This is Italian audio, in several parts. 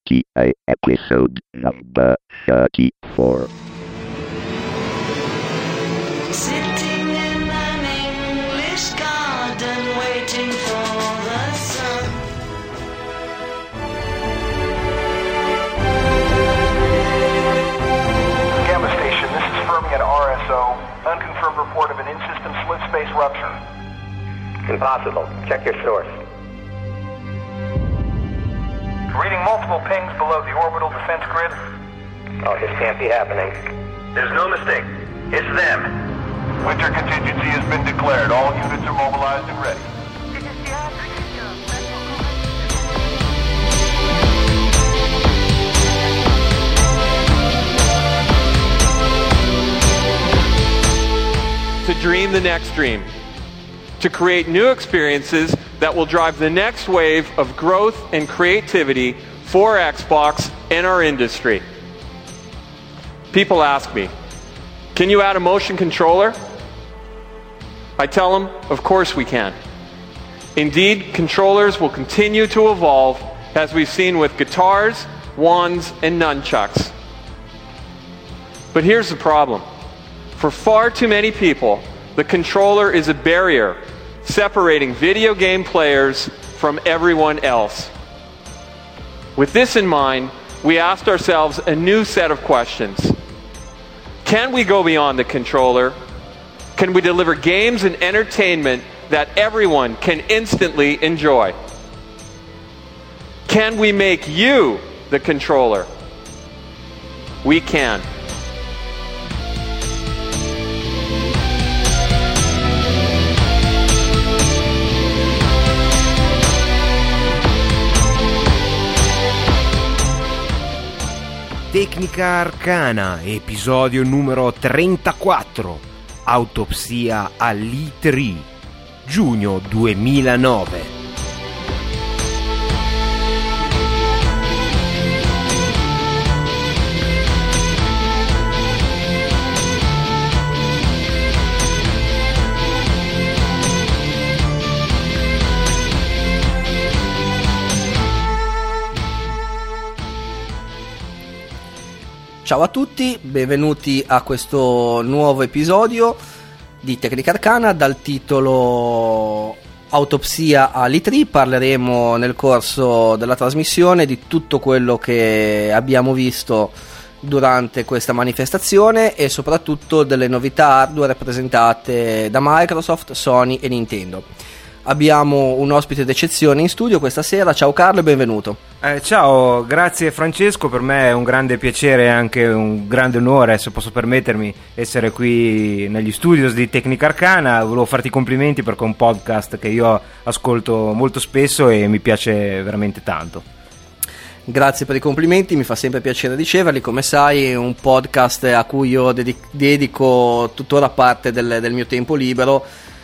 GTA episode number 34. Sitting in an English garden waiting for the sun. Gamma Station, this is Fermi at RSO. Unconfirmed report of an in-system slit space rupture. Impossible. Check your source. Reading multiple pings below the orbital defense grid. Oh, this can't be happening. There's no mistake. It's them. Winter contingency has been declared. All units are mobilized and ready. To dream the next dream, to create new experiences that will drive the next wave of growth and creativity for Xbox and our industry. People ask me, can you add a motion controller? I tell them, of course we can. Indeed, controllers will continue to evolve as we've seen with guitars, wands, and nunchucks. But here's the problem. For far too many people, the controller is a barrier separating video game players from everyone else. With this in mind, we asked ourselves a new set of questions. Can we go beyond the controller? Can we deliver games and entertainment that everyone can instantly enjoy? Can we make you the controller? We can. Tecnica Arcana, episodio numero 34, Autopsia all'E3, giugno 2009. Ciao a tutti, benvenuti a questo nuovo episodio di Tecnica Arcana dal titolo Autopsia all'E3. Parleremo nel corso della trasmissione di tutto quello che abbiamo visto durante questa manifestazione e soprattutto delle novità hardware presentate da Microsoft, Sony e Nintendo. Abbiamo un ospite d'eccezione in studio questa sera. Ciao Carlo e benvenuto. Ciao, grazie Francesco, per me è un grande piacere e anche un grande onore, se posso permettermi, essere qui negli studios di Tecnica Arcana. Volevo farti i complimenti perché è un podcast che io ascolto molto spesso e mi piace veramente tanto. Grazie per i complimenti, mi fa sempre piacere riceverli. Come sai, è un podcast a cui io dedico tuttora parte del mio tempo libero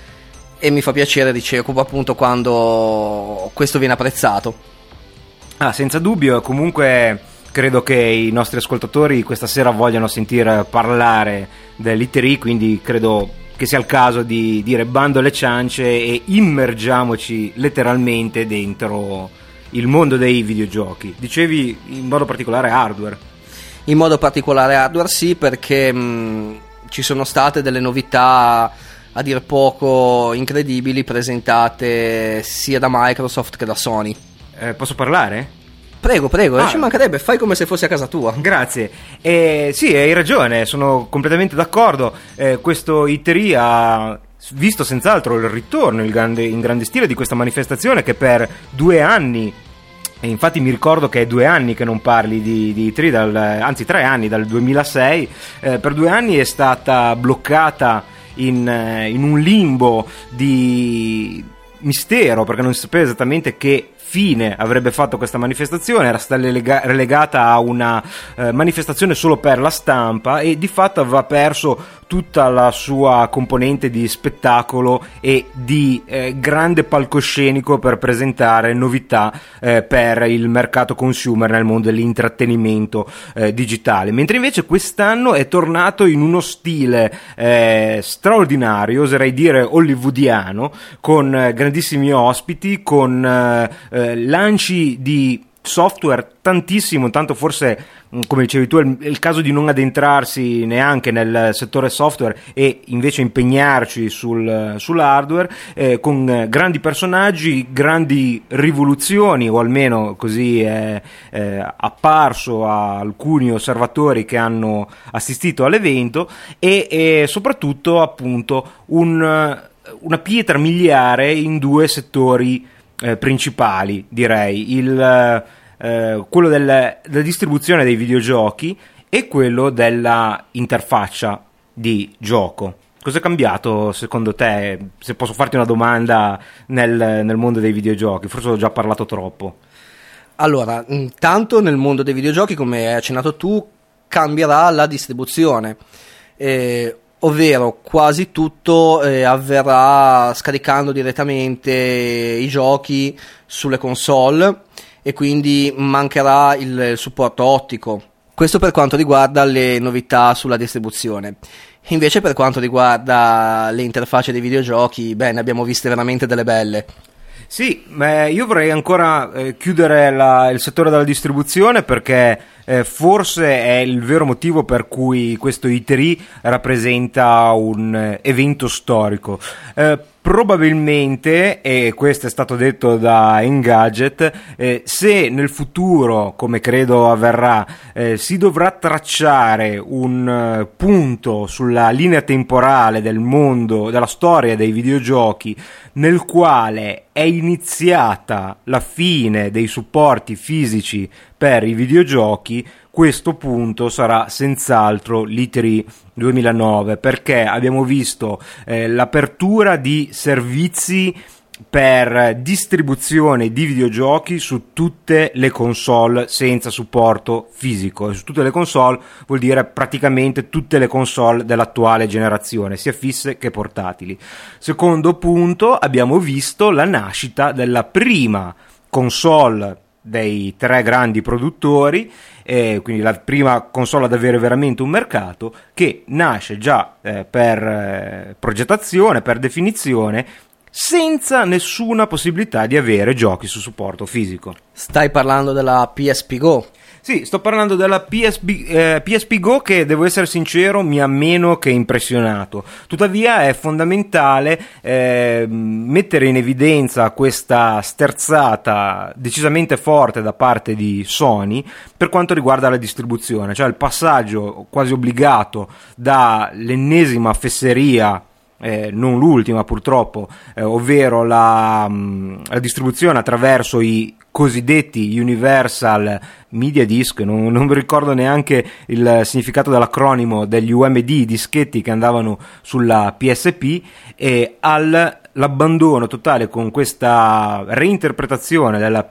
e mi fa piacere riceverlo appunto quando questo viene apprezzato. Senza dubbio, comunque credo che i nostri ascoltatori questa sera vogliano sentire parlare dell'E3, quindi credo che sia il caso di dire bando alle ciance e immergiamoci letteralmente dentro il mondo dei videogiochi. Dicevi in modo particolare hardware. In modo particolare hardware sì, perché ci sono state delle novità a dir poco incredibili presentate sia da Microsoft che da Sony. Posso parlare? Prego, ci mancherebbe, fai come se fossi a casa tua. Grazie. Sì, hai ragione, sono completamente d'accordo. Questo E3 ha visto senz'altro il ritorno in grande stile di questa manifestazione che per 2 anni, e infatti mi ricordo che è 2 anni che non parli di E3, anzi 3 anni, dal 2006, per 2 anni è stata bloccata in un limbo di mistero, perché non si sapeva esattamente che fine avrebbe fatto questa manifestazione. Era stata relegata a una manifestazione solo per la stampa e di fatto aveva perso tutta la sua componente di spettacolo e di grande palcoscenico per presentare novità per il mercato consumer nel mondo dell'intrattenimento digitale, mentre invece quest'anno è tornato in uno stile straordinario, oserei dire hollywoodiano, con grandissimi ospiti, con lanci di software tantissimo, tanto forse, come dicevi tu, è il caso di non addentrarsi neanche nel settore software e invece impegnarci sull'hardware, con grandi personaggi, grandi rivoluzioni, o almeno così è apparso a alcuni osservatori che hanno assistito all'evento, e soprattutto appunto una pietra miliare in due settori principali, direi, quello della distribuzione dei videogiochi e quello della interfaccia di gioco. Cos'è cambiato secondo te, se posso farti una domanda, nel mondo dei videogiochi? Forse ho già parlato troppo. Allora, intanto nel mondo dei videogiochi, come hai accennato tu, cambierà la distribuzione, ovvero quasi tutto avverrà scaricando direttamente i giochi sulle console, e quindi mancherà il supporto ottico. Questo per quanto riguarda le novità sulla distribuzione. Invece per quanto riguarda le interfacce dei videogiochi, ne abbiamo viste veramente delle belle. Sì, ma io vorrei ancora chiudere il settore della distribuzione, perché forse è il vero motivo per cui questo E3 rappresenta un evento storico. Probabilmente, e questo è stato detto da Engadget, se nel futuro, come credo avverrà, si dovrà tracciare un punto sulla linea temporale del mondo, della storia dei videogiochi, nel quale è iniziata la fine dei supporti fisici per i videogiochi, questo punto sarà senz'altro l'E3 2009, perché abbiamo visto l'apertura di servizi per distribuzione di videogiochi su tutte le console senza supporto fisico, e su tutte le console vuol dire praticamente tutte le console dell'attuale generazione, sia fisse che portatili. Secondo punto, abbiamo visto la nascita della prima console dei tre grandi produttori, quindi la prima console ad avere veramente un mercato, che nasce già per progettazione, per definizione, senza nessuna possibilità di avere giochi su supporto fisico. Stai parlando della PSP Go? Sì, sto parlando della PSP Go, che, devo essere sincero, mi ha meno che impressionato. Tuttavia è fondamentale mettere in evidenza questa sterzata decisamente forte da parte di Sony per quanto riguarda la distribuzione, cioè il passaggio quasi obbligato dall'ennesima fesseria, non l'ultima purtroppo, ovvero la distribuzione attraverso i cosiddetti Universal Media Disc, non mi ricordo neanche il significato dell'acronimo, degli UMD, dischetti che andavano sulla PSP, e l'abbandono totale con questa reinterpretazione della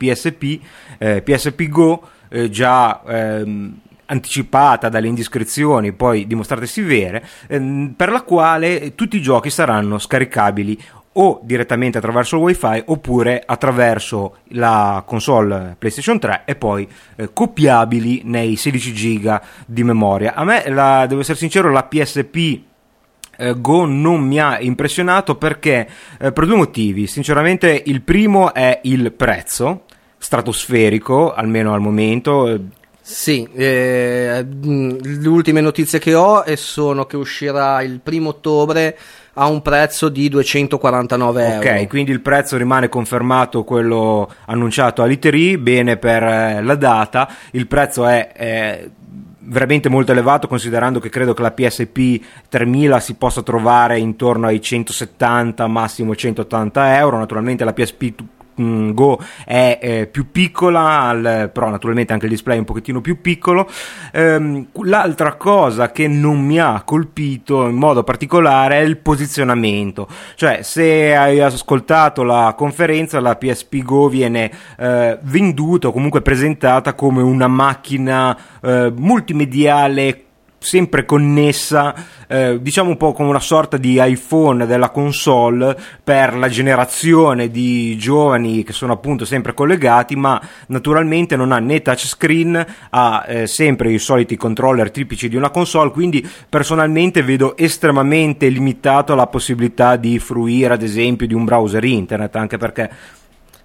PSP Go, già anticipata dalle indiscrezioni poi dimostratesi vere, per la quale tutti i giochi saranno scaricabili o direttamente attraverso il wifi oppure attraverso la console PlayStation 3 e poi copiabili nei 16 giga di memoria. A me, devo essere sincero, la PSP Go non mi ha impressionato perché per due motivi. Sinceramente, il primo è il prezzo stratosferico, almeno al momento. Sì, le ultime notizie che ho sono che uscirà il 1° ottobre a un prezzo di 249 euro. Ok, quindi il prezzo rimane confermato, quello annunciato all'E3, bene per la data. Il prezzo è veramente molto elevato, considerando che credo che la PSP 3000 si possa trovare intorno ai 170, massimo 180 euro. Naturalmente la PSP Go è più piccola, però naturalmente anche il display è un pochettino più piccolo. L'altra cosa che non mi ha colpito in modo particolare è il posizionamento, cioè se hai ascoltato la conferenza, la PSP Go viene venduta o comunque presentata come una macchina multimediale sempre connessa, diciamo un po' come una sorta di iPhone della console per la generazione di giovani che sono appunto sempre collegati, ma naturalmente non ha né touchscreen, ha sempre i soliti controller tipici di una console, quindi personalmente vedo estremamente limitato la possibilità di fruire ad esempio di un browser internet, anche perché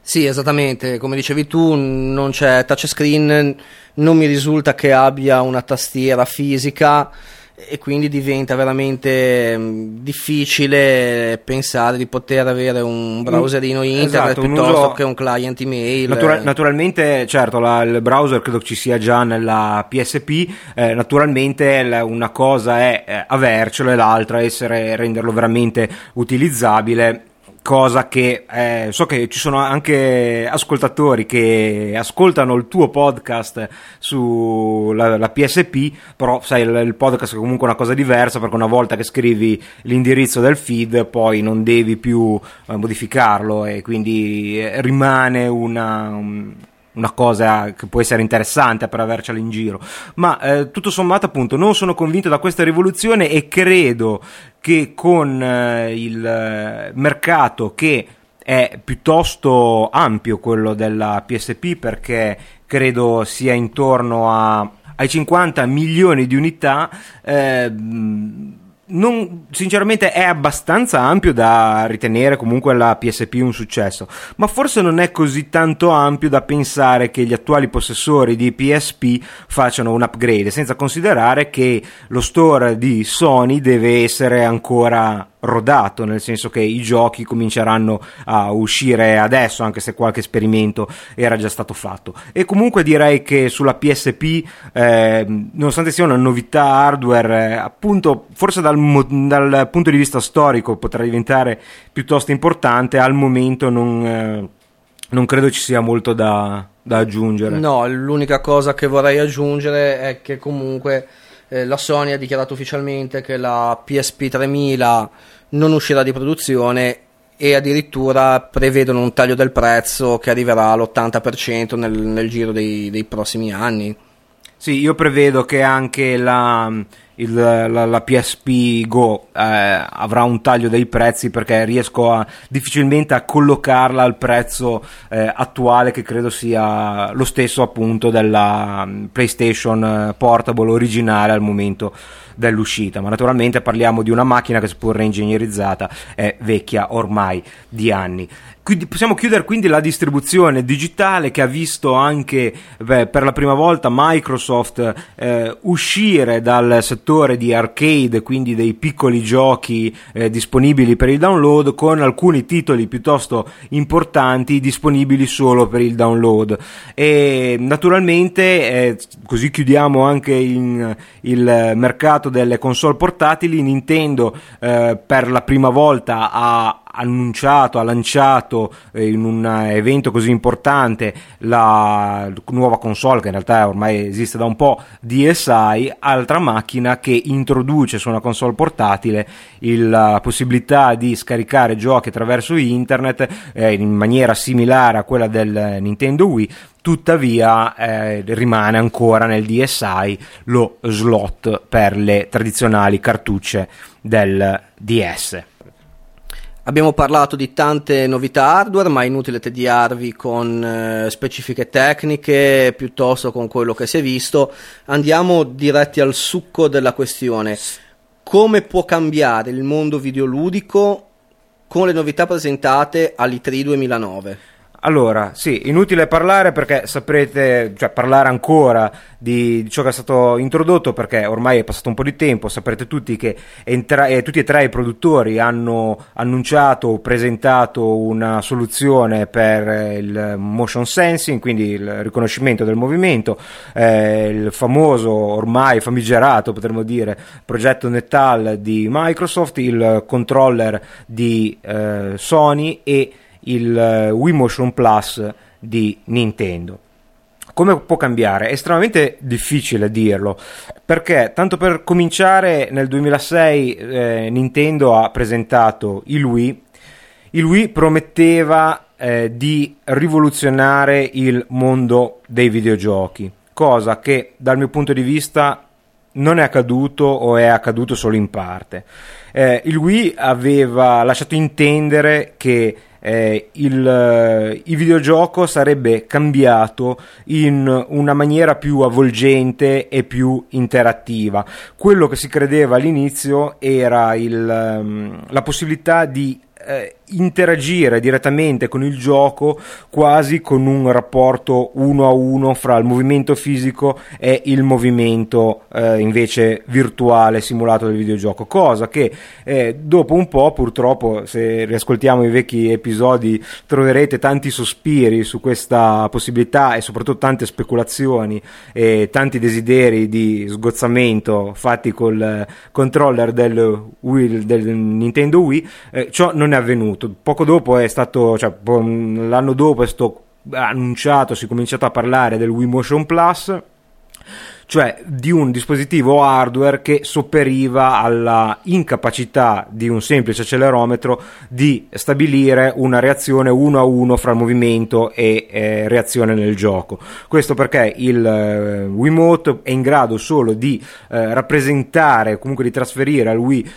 Sì, esattamente, come dicevi tu, non c'è touchscreen, non mi risulta che abbia una tastiera fisica e quindi diventa veramente difficile pensare di poter avere un browserino internet esatto, piuttosto che un client email. Naturalmente, certo, il browser credo ci sia già nella PSP, naturalmente una cosa è avercelo e l'altra renderlo veramente utilizzabile. Cosa che so che ci sono anche ascoltatori che ascoltano il tuo podcast sulla PSP, però sai, il podcast è comunque una cosa diversa, perché una volta che scrivi l'indirizzo del feed poi non devi più modificarlo, e quindi rimane una cosa che può essere interessante per avercela in giro, ma tutto sommato appunto non sono convinto da questa rivoluzione, e credo che con il mercato che è piuttosto ampio, quello della PSP, perché credo sia intorno ai 50 milioni di unità, sinceramente è abbastanza ampio da ritenere comunque la PSP un successo, ma forse non è così tanto ampio da pensare che gli attuali possessori di PSP facciano un upgrade, senza considerare che lo store di Sony deve essere ancora rodato, nel senso che i giochi cominceranno a uscire adesso, anche se qualche esperimento era già stato fatto. E comunque direi che sulla PSP, nonostante sia una novità hardware, appunto forse dal punto di vista storico potrà diventare piuttosto importante, al momento non credo ci sia molto da aggiungere. No, l'unica cosa che vorrei aggiungere è che comunque la Sony ha dichiarato ufficialmente che la PSP 3000 non uscirà di produzione, e addirittura prevedono un taglio del prezzo che arriverà all'80% nel giro dei prossimi anni. Sì, io prevedo che anche la PSP Go avrà un taglio dei prezzi, perché riesco difficilmente a collocarla al prezzo attuale, che credo sia lo stesso appunto della PlayStation Portable originale al momento dell'uscita, ma naturalmente parliamo di una macchina che, seppur reingegnerizzata, è vecchia ormai di anni. Quindi possiamo chiudere quindi la distribuzione digitale, che ha visto anche per la prima volta Microsoft uscire dal settore di arcade, quindi dei piccoli giochi disponibili per il download, con alcuni titoli piuttosto importanti disponibili solo per il download. E naturalmente così chiudiamo anche il mercato delle console portatili. Nintendo per la prima volta ha lanciato in un evento così importante la nuova console, che in realtà ormai esiste da un po', DSi, altra macchina che introduce su una console portatile la possibilità di scaricare giochi attraverso internet in maniera similare a quella del Nintendo Wii. Tuttavia rimane ancora nel DSi lo slot per le tradizionali cartucce del DS. Abbiamo parlato di tante novità hardware, ma è inutile tediarvi con specifiche tecniche, piuttosto con quello che si è visto. Andiamo diretti al succo della questione. Come può cambiare il mondo videoludico con le novità presentate all'E3 2009? Allora, sì, inutile parlare, perché saprete, cioè parlare ancora di ciò che è stato introdotto, perché ormai è passato un po' di tempo. Saprete tutti che tutti e tre i produttori hanno annunciato o presentato una soluzione per il motion sensing, quindi il riconoscimento del movimento, il famoso, ormai famigerato potremmo dire, progetto Netal di Microsoft, il controller di Sony e il Wii Motion Plus di Nintendo. Come può cambiare? È estremamente difficile dirlo, perché tanto per cominciare nel 2006 Nintendo ha presentato il Wii. Il Wii prometteva di rivoluzionare il mondo dei videogiochi, cosa che dal mio punto di vista non è accaduto, o è accaduto solo in parte. Il Wii aveva lasciato intendere che il videogioco sarebbe cambiato in una maniera più avvolgente e più interattiva. Quello che si credeva all'inizio era la possibilità di interagire direttamente con il gioco, quasi con un rapporto 1-1 fra il movimento fisico e il movimento invece virtuale simulato del videogioco, cosa che dopo un po', purtroppo, se riascoltiamo i vecchi episodi troverete tanti sospiri su questa possibilità e soprattutto tante speculazioni e tanti desideri di sgozzamento fatti col controller del Nintendo Wii. Ciò non è avvenuto. Poco dopo l'anno dopo è stato annunciato, si è cominciato a parlare del Wii Motion Plus, cioè di un dispositivo hardware che sopperiva alla incapacità di un semplice accelerometro di stabilire una reazione 1-1 fra il movimento e reazione nel gioco. Questo perché il Wiimote è in grado solo di rappresentare, comunque di trasferire al Wii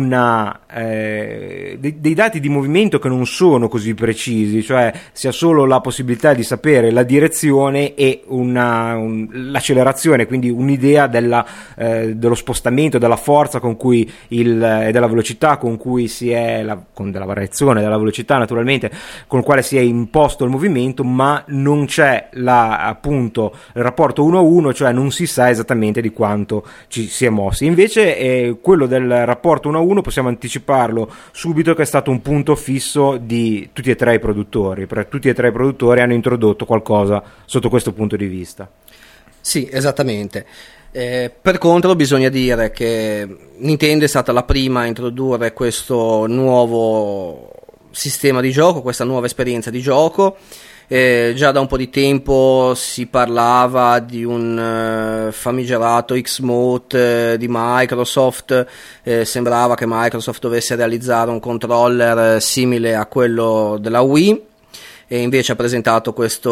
dei dati di movimento che non sono così precisi, cioè si ha solo la possibilità di sapere la direzione e l'accelerazione, quindi un'idea dello spostamento, della forza con cui della velocità con cui della variazione della velocità naturalmente con il quale si è imposto il movimento, ma non c'è appunto il rapporto 1-1, cioè non si sa esattamente di quanto ci si è mossi. Invece quello del rapporto 1-1 possiamo anticiparlo subito che è stato un punto fisso di tutti e tre i produttori, perché tutti e tre i produttori hanno introdotto qualcosa sotto questo punto di vista. Sì, esattamente. Per contro bisogna dire che Nintendo è stata la prima a introdurre questo nuovo sistema di gioco, questa nuova esperienza di gioco. Già da un po' di tempo si parlava di un famigerato X-Mode di Microsoft, sembrava che Microsoft dovesse realizzare un controller simile a quello della Wii, e invece ha presentato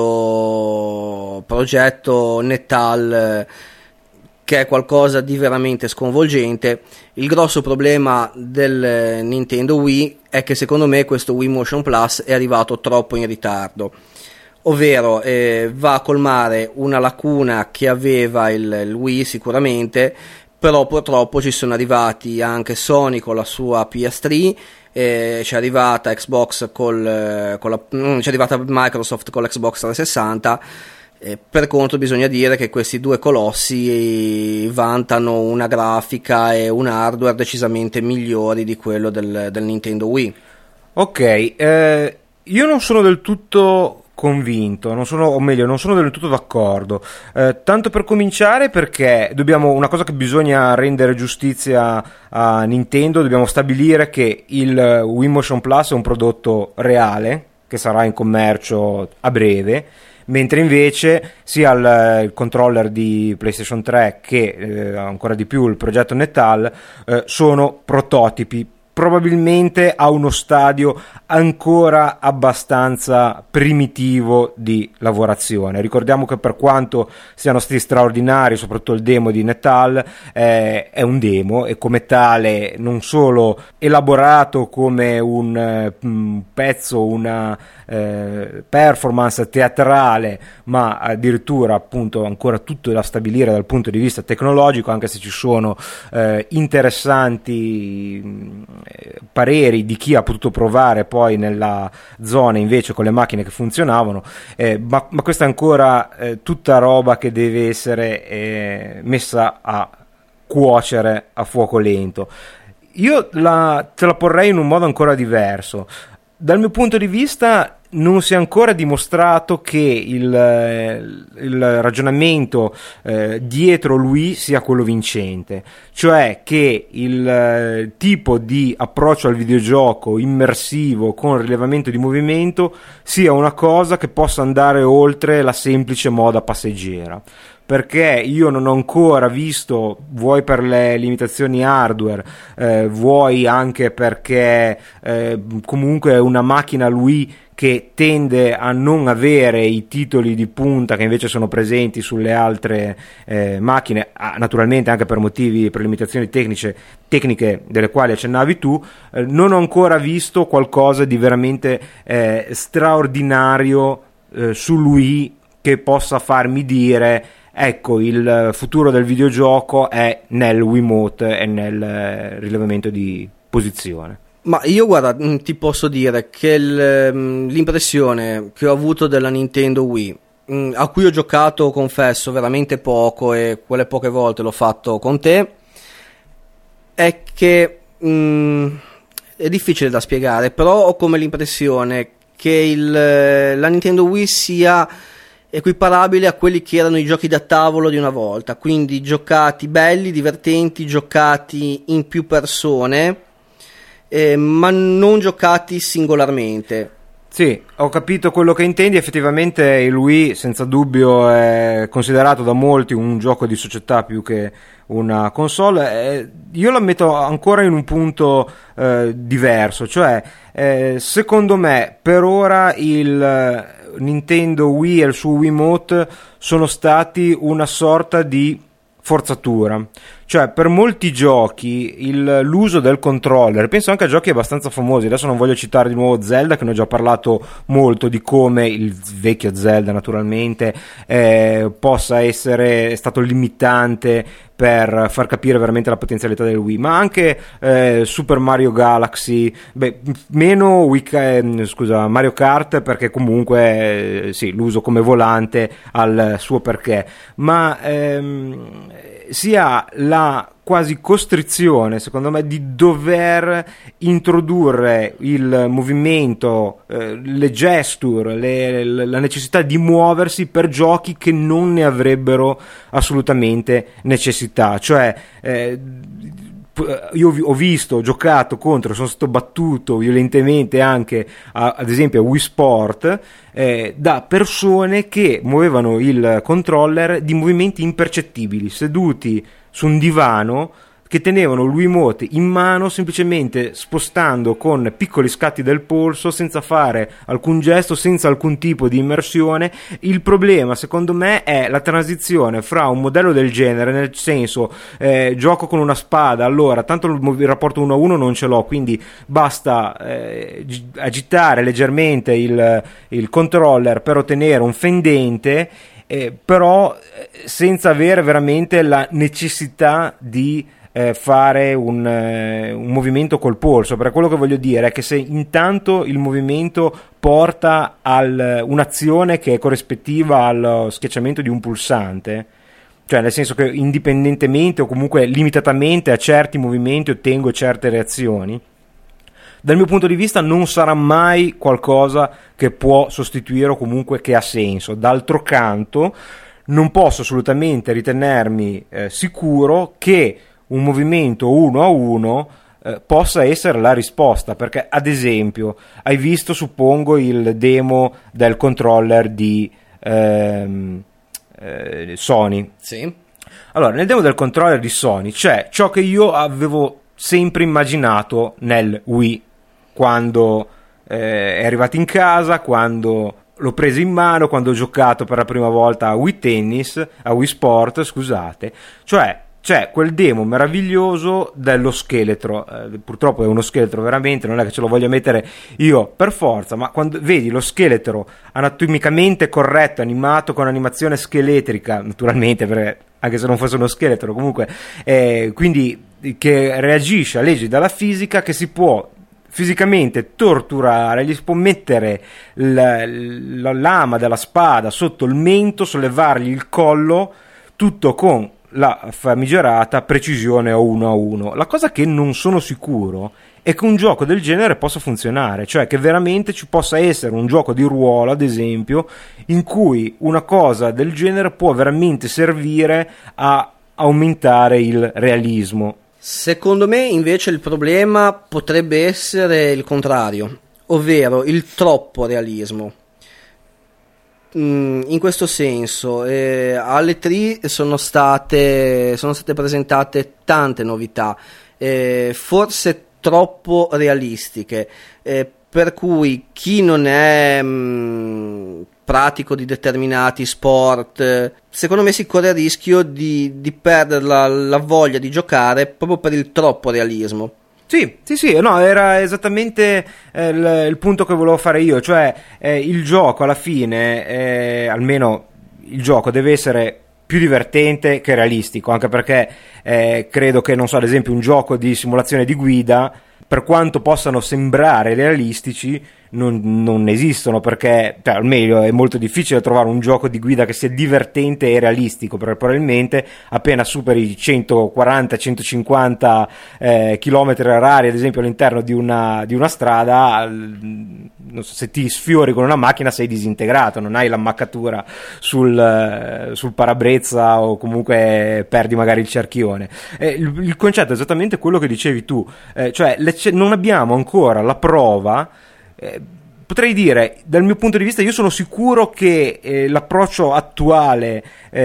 questo progetto Netal che è qualcosa di veramente sconvolgente. Il grosso problema del Nintendo Wii è che secondo me questo Wii Motion Plus è arrivato troppo in ritardo, ovvero va a colmare una lacuna che aveva il Wii sicuramente, però purtroppo ci sono arrivati anche Sony con la sua PS3, c'è arrivata Xbox c'è arrivata Microsoft con l'Xbox 360. Per contro bisogna dire che questi due colossi vantano una grafica e un hardware decisamente migliori di quello del Nintendo Wii. Ok, io non sono del tutto convinto, non sono del tutto d'accordo, tanto per cominciare perché una cosa che bisogna rendere giustizia a Nintendo, dobbiamo stabilire che il Wii Motion Plus è un prodotto reale che sarà in commercio a breve, mentre invece sia il controller di PlayStation 3 che ancora di più il progetto Netal sono prototipi, probabilmente a uno stadio ancora abbastanza primitivo di lavorazione. Ricordiamo che per quanto siano stati straordinari, soprattutto il demo di Netal, è un demo e come tale non solo elaborato come un pezzo, una performance teatrale, ma addirittura appunto ancora tutto da stabilire dal punto di vista tecnologico, anche se ci sono interessanti pareri di chi ha potuto provare poi nella zona invece con le macchine che funzionavano, ma questa è ancora tutta roba che deve essere messa a cuocere a fuoco lento. Io te la porrei in un modo ancora diverso. Dal mio punto di vista non si è ancora dimostrato che il ragionamento dietro lui sia quello vincente, cioè che il tipo di approccio al videogioco immersivo con rilevamento di movimento sia una cosa che possa andare oltre la semplice moda passeggera. Perché io non ho ancora visto, vuoi per le limitazioni hardware, vuoi anche perché comunque è una macchina Wii che tende a non avere i titoli di punta che invece sono presenti sulle altre macchine, naturalmente anche per limitazioni tecniche delle quali accennavi tu. Non ho ancora visto qualcosa di veramente straordinario su Wii che possa farmi dire: ecco, il futuro del videogioco è nel Wiimote e nel rilevamento di posizione. Ma io guarda, ti posso dire che l'impressione che ho avuto della Nintendo Wii, a cui ho giocato, confesso, veramente poco, e quelle poche volte l'ho fatto con te, è che è difficile da spiegare, però ho come l'impressione che la Nintendo Wii sia equiparabile a quelli che erano i giochi da tavolo di una volta, quindi giocati belli, divertenti, giocati in più persone, ma non giocati singolarmente. Sì, ho capito quello che intendi. Effettivamente il Wii senza dubbio è considerato da molti un gioco di società più che una console. Io la metto ancora in un punto diverso, cioè secondo me per ora il Nintendo Wii e il suo Wiimote sono stati una sorta di forzatura, cioè per molti giochi l'uso del controller, penso anche a giochi abbastanza famosi, adesso non voglio citare di nuovo Zelda, che ne ho già parlato molto di come il vecchio Zelda naturalmente possa essere stato limitante per far capire veramente la potenzialità del Wii, ma anche Super Mario Galaxy, meno Mario Kart, perché comunque sì, l'uso come volante al suo perché, ma si ha la quasi costrizione, secondo me, di dover introdurre il movimento, le gesture, la necessità di muoversi per giochi che non ne avrebbero assolutamente necessità. Cioè io ho visto, ho giocato contro, sono stato battuto violentemente anche ad esempio a Wii Sport da persone che muovevano il controller di movimenti impercettibili, seduti su un divano, che tenevano il Wiimote in mano semplicemente spostando con piccoli scatti del polso, senza fare alcun gesto, senza alcun tipo di immersione. Il problema secondo me è la transizione fra un modello del genere, nel senso gioco con una spada, allora tanto il rapporto 1-1 non ce l'ho, quindi basta agitare leggermente il controller per ottenere un fendente, però senza avere veramente la necessità di fare un movimento col polso. Per quello che voglio dire è che se intanto il movimento porta un'azione che è corrispettiva allo schiacciamento di un pulsante, cioè nel senso che indipendentemente o comunque limitatamente a certi movimenti ottengo certe reazioni, dal mio punto di vista non sarà mai qualcosa che può sostituire o comunque che ha senso. D'altro canto non posso assolutamente ritenermi sicuro che un movimento 1-1 possa essere la risposta, perché ad esempio hai visto, suppongo, il demo del controller di Sony. Sì. Allora, nel demo del controller di Sony c'è ciò che io avevo sempre immaginato nel Wii quando è arrivato in casa, quando l'ho preso in mano, quando ho giocato per la prima volta a Wii Tennis, a Wii Sport, scusate, cioè c'è quel demo meraviglioso dello scheletro, purtroppo è uno scheletro veramente, non è che ce lo voglio mettere io per forza, ma quando vedi lo scheletro anatomicamente corretto, animato con animazione scheletrica, naturalmente, perché anche se non fosse uno scheletro, comunque quindi che reagisce a leggi della fisica, che si può fisicamente torturare, gli si può mettere la lama della spada sotto il mento, sollevargli il collo, tutto con la famigerata precisione 1-1. La cosa che non sono sicuro è che un gioco del genere possa funzionare, cioè che veramente ci possa essere un gioco di ruolo, ad esempio, in cui una cosa del genere può veramente servire a aumentare il realismo. Secondo me invece il problema potrebbe essere il contrario, ovvero il troppo realismo. In questo senso alle E3 sono state presentate tante novità, forse troppo realistiche, per cui chi non è pratico di determinati sport, secondo me si corre il rischio di perdere la voglia di giocare proprio per il troppo realismo. Sì, no, era esattamente il punto che volevo fare io, cioè il gioco alla fine, almeno il gioco deve essere più divertente che realistico, anche perché credo che, non so, ad esempio un gioco di simulazione di guida per quanto possano sembrare realistici, non esistono, perché cioè, almeno è molto difficile trovare un gioco di guida che sia divertente e realistico, perché probabilmente appena superi i 140-150 km/h, ad esempio all'interno di una strada, non so, se ti sfiori con una macchina sei disintegrato, non hai l'ammaccatura sul parabrezza o comunque perdi magari il cerchione. Il concetto è esattamente quello che dicevi tu, cioè non abbiamo ancora la prova. Potrei dire, dal mio punto di vista, io sono sicuro che l'approccio attuale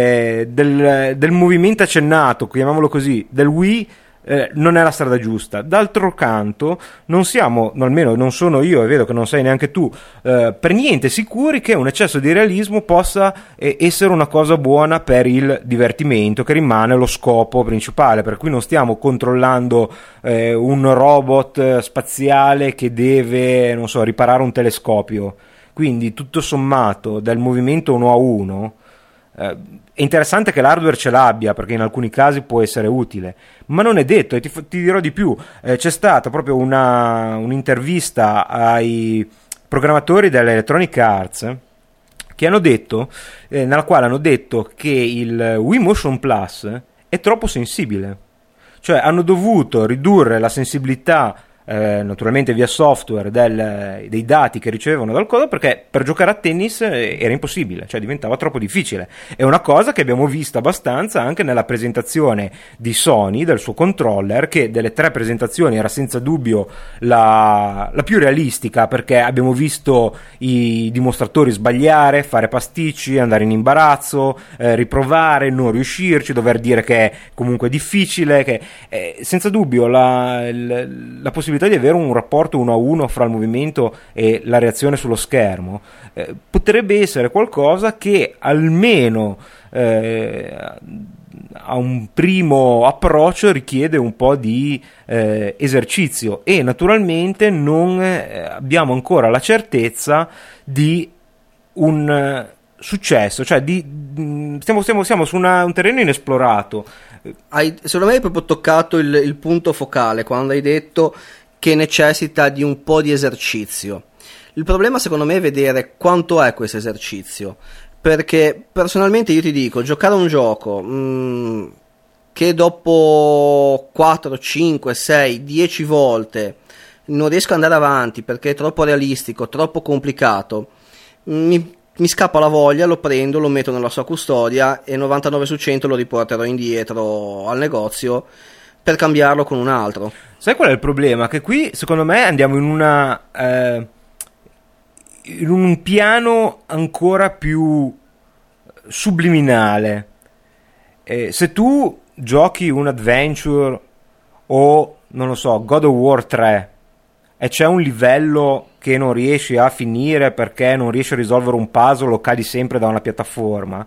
del movimento accennato, chiamiamolo così, del Wii, non è la strada giusta. D'altro canto, non siamo, almeno non sono io e vedo che non sei neanche tu, per niente sicuri che un eccesso di realismo possa essere una cosa buona per il divertimento, che rimane lo scopo principale, per cui non stiamo controllando un robot spaziale che deve, non so, riparare un telescopio. Quindi tutto sommato del movimento 1 a 1 è interessante che l'hardware ce l'abbia, perché in alcuni casi può essere utile, ma non è detto. E ti dirò di più, c'è stata proprio un'intervista ai programmatori dell'Electronic Arts che hanno detto, nella quale hanno detto che il Wii Motion Plus è troppo sensibile, cioè hanno dovuto ridurre la sensibilità naturalmente via software dei dati che ricevevano dal codo, perché per giocare a tennis era impossibile, cioè diventava troppo difficile. È una cosa che abbiamo visto abbastanza anche nella presentazione di Sony del suo controller, che delle 3 presentazioni era senza dubbio la più realistica, perché abbiamo visto i dimostratori sbagliare, fare pasticci, andare in imbarazzo, riprovare, non riuscirci, dover dire che è comunque difficile, che senza dubbio la possibilità di avere un rapporto 1 a 1 fra il movimento e la reazione sullo schermo potrebbe essere qualcosa che almeno a un primo approccio richiede un po' di esercizio, e naturalmente non abbiamo ancora la certezza di un successo, cioè siamo su un terreno inesplorato. Secondo me hai proprio toccato il punto focale quando hai detto che necessita di un po' di esercizio. Il problema secondo me è vedere quanto è questo esercizio, perché personalmente io ti dico, giocare a un gioco che dopo 4, 5, 6, 10 volte non riesco ad andare avanti perché è troppo realistico, troppo complicato, mi scappa la voglia, lo prendo, lo metto nella sua custodia e 99 su 100 lo riporterò indietro al negozio per cambiarlo con un altro. Sai qual è il problema? Che qui secondo me andiamo in un piano ancora più subliminale. Se tu giochi un adventure o non lo so, God of War 3 e c'è un livello che non riesci a finire perché non riesci a risolvere un puzzle o cadi sempre da una piattaforma,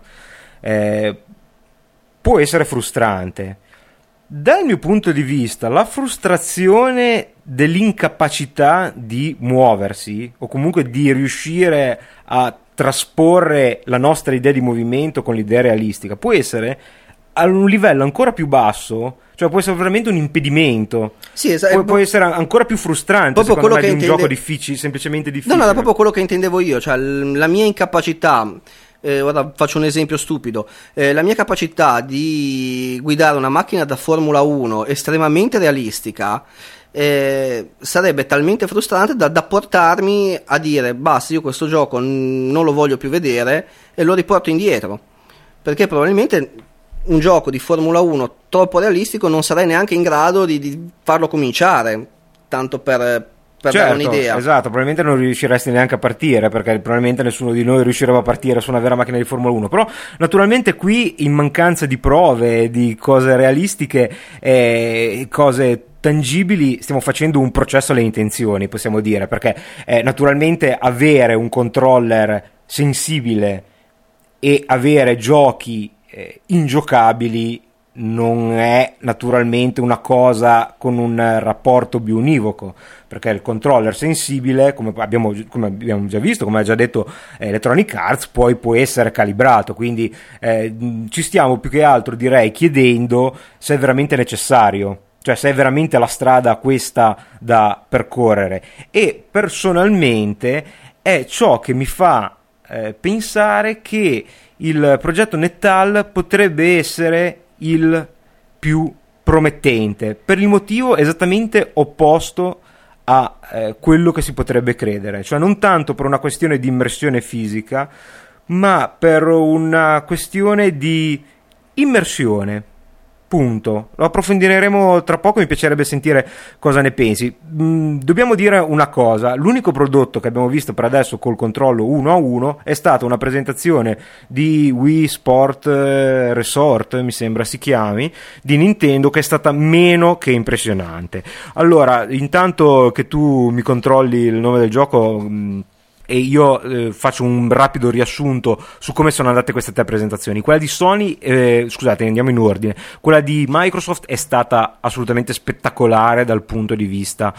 può essere frustrante. Dal mio punto di vista, la frustrazione dell'incapacità di muoversi o comunque di riuscire a trasporre la nostra idea di movimento con l'idea realistica può essere a un livello ancora più basso, cioè può essere veramente un impedimento. Sì, può essere ancora più frustrante proprio secondo quello me che di un gioco difficile, semplicemente difficile. No, era proprio quello che intendevo io, cioè la mia incapacità. Ora faccio un esempio stupido, la mia capacità di guidare una macchina da Formula 1 estremamente realistica sarebbe talmente frustrante da portarmi a dire basta, io questo gioco non lo voglio più vedere e lo riporto indietro, perché probabilmente un gioco di Formula 1 troppo realistico non sarei neanche in grado di farlo cominciare, tanto per dare un'idea. Esatto, probabilmente non riusciresti neanche a partire, perché probabilmente nessuno di noi riuscirebbe a partire su una vera macchina di Formula 1, però naturalmente qui in mancanza di prove, di cose realistiche e cose tangibili stiamo facendo un processo alle intenzioni, possiamo dire, perché naturalmente avere un controller sensibile e avere giochi ingiocabili non è naturalmente una cosa con un rapporto bionivoco, perché il controller sensibile, come abbiamo già visto, come ha già detto Electronic Arts, poi può essere calibrato, quindi ci stiamo più che altro, direi, chiedendo se è veramente necessario cioè se è veramente la strada questa da percorrere. E personalmente è ciò che mi fa pensare che il progetto Nettal potrebbe essere il più promettente, per il motivo esattamente opposto a quello che si potrebbe credere, cioè non tanto per una questione di immersione fisica, ma per una questione di immersione. Punto. Lo approfondiremo tra poco, mi piacerebbe sentire cosa ne pensi. Dobbiamo dire una cosa: l'unico prodotto che abbiamo visto per adesso col controllo 1-1 è stata una presentazione di Wii Sport Resort, mi sembra si chiami, di Nintendo, che è stata meno che impressionante. Allora, intanto che tu mi controlli il nome del gioco, e io faccio un rapido riassunto su come sono andate queste 3 presentazioni. Quella di Sony, scusate, andiamo in ordine. Quella di Microsoft è stata assolutamente spettacolare dal punto di vista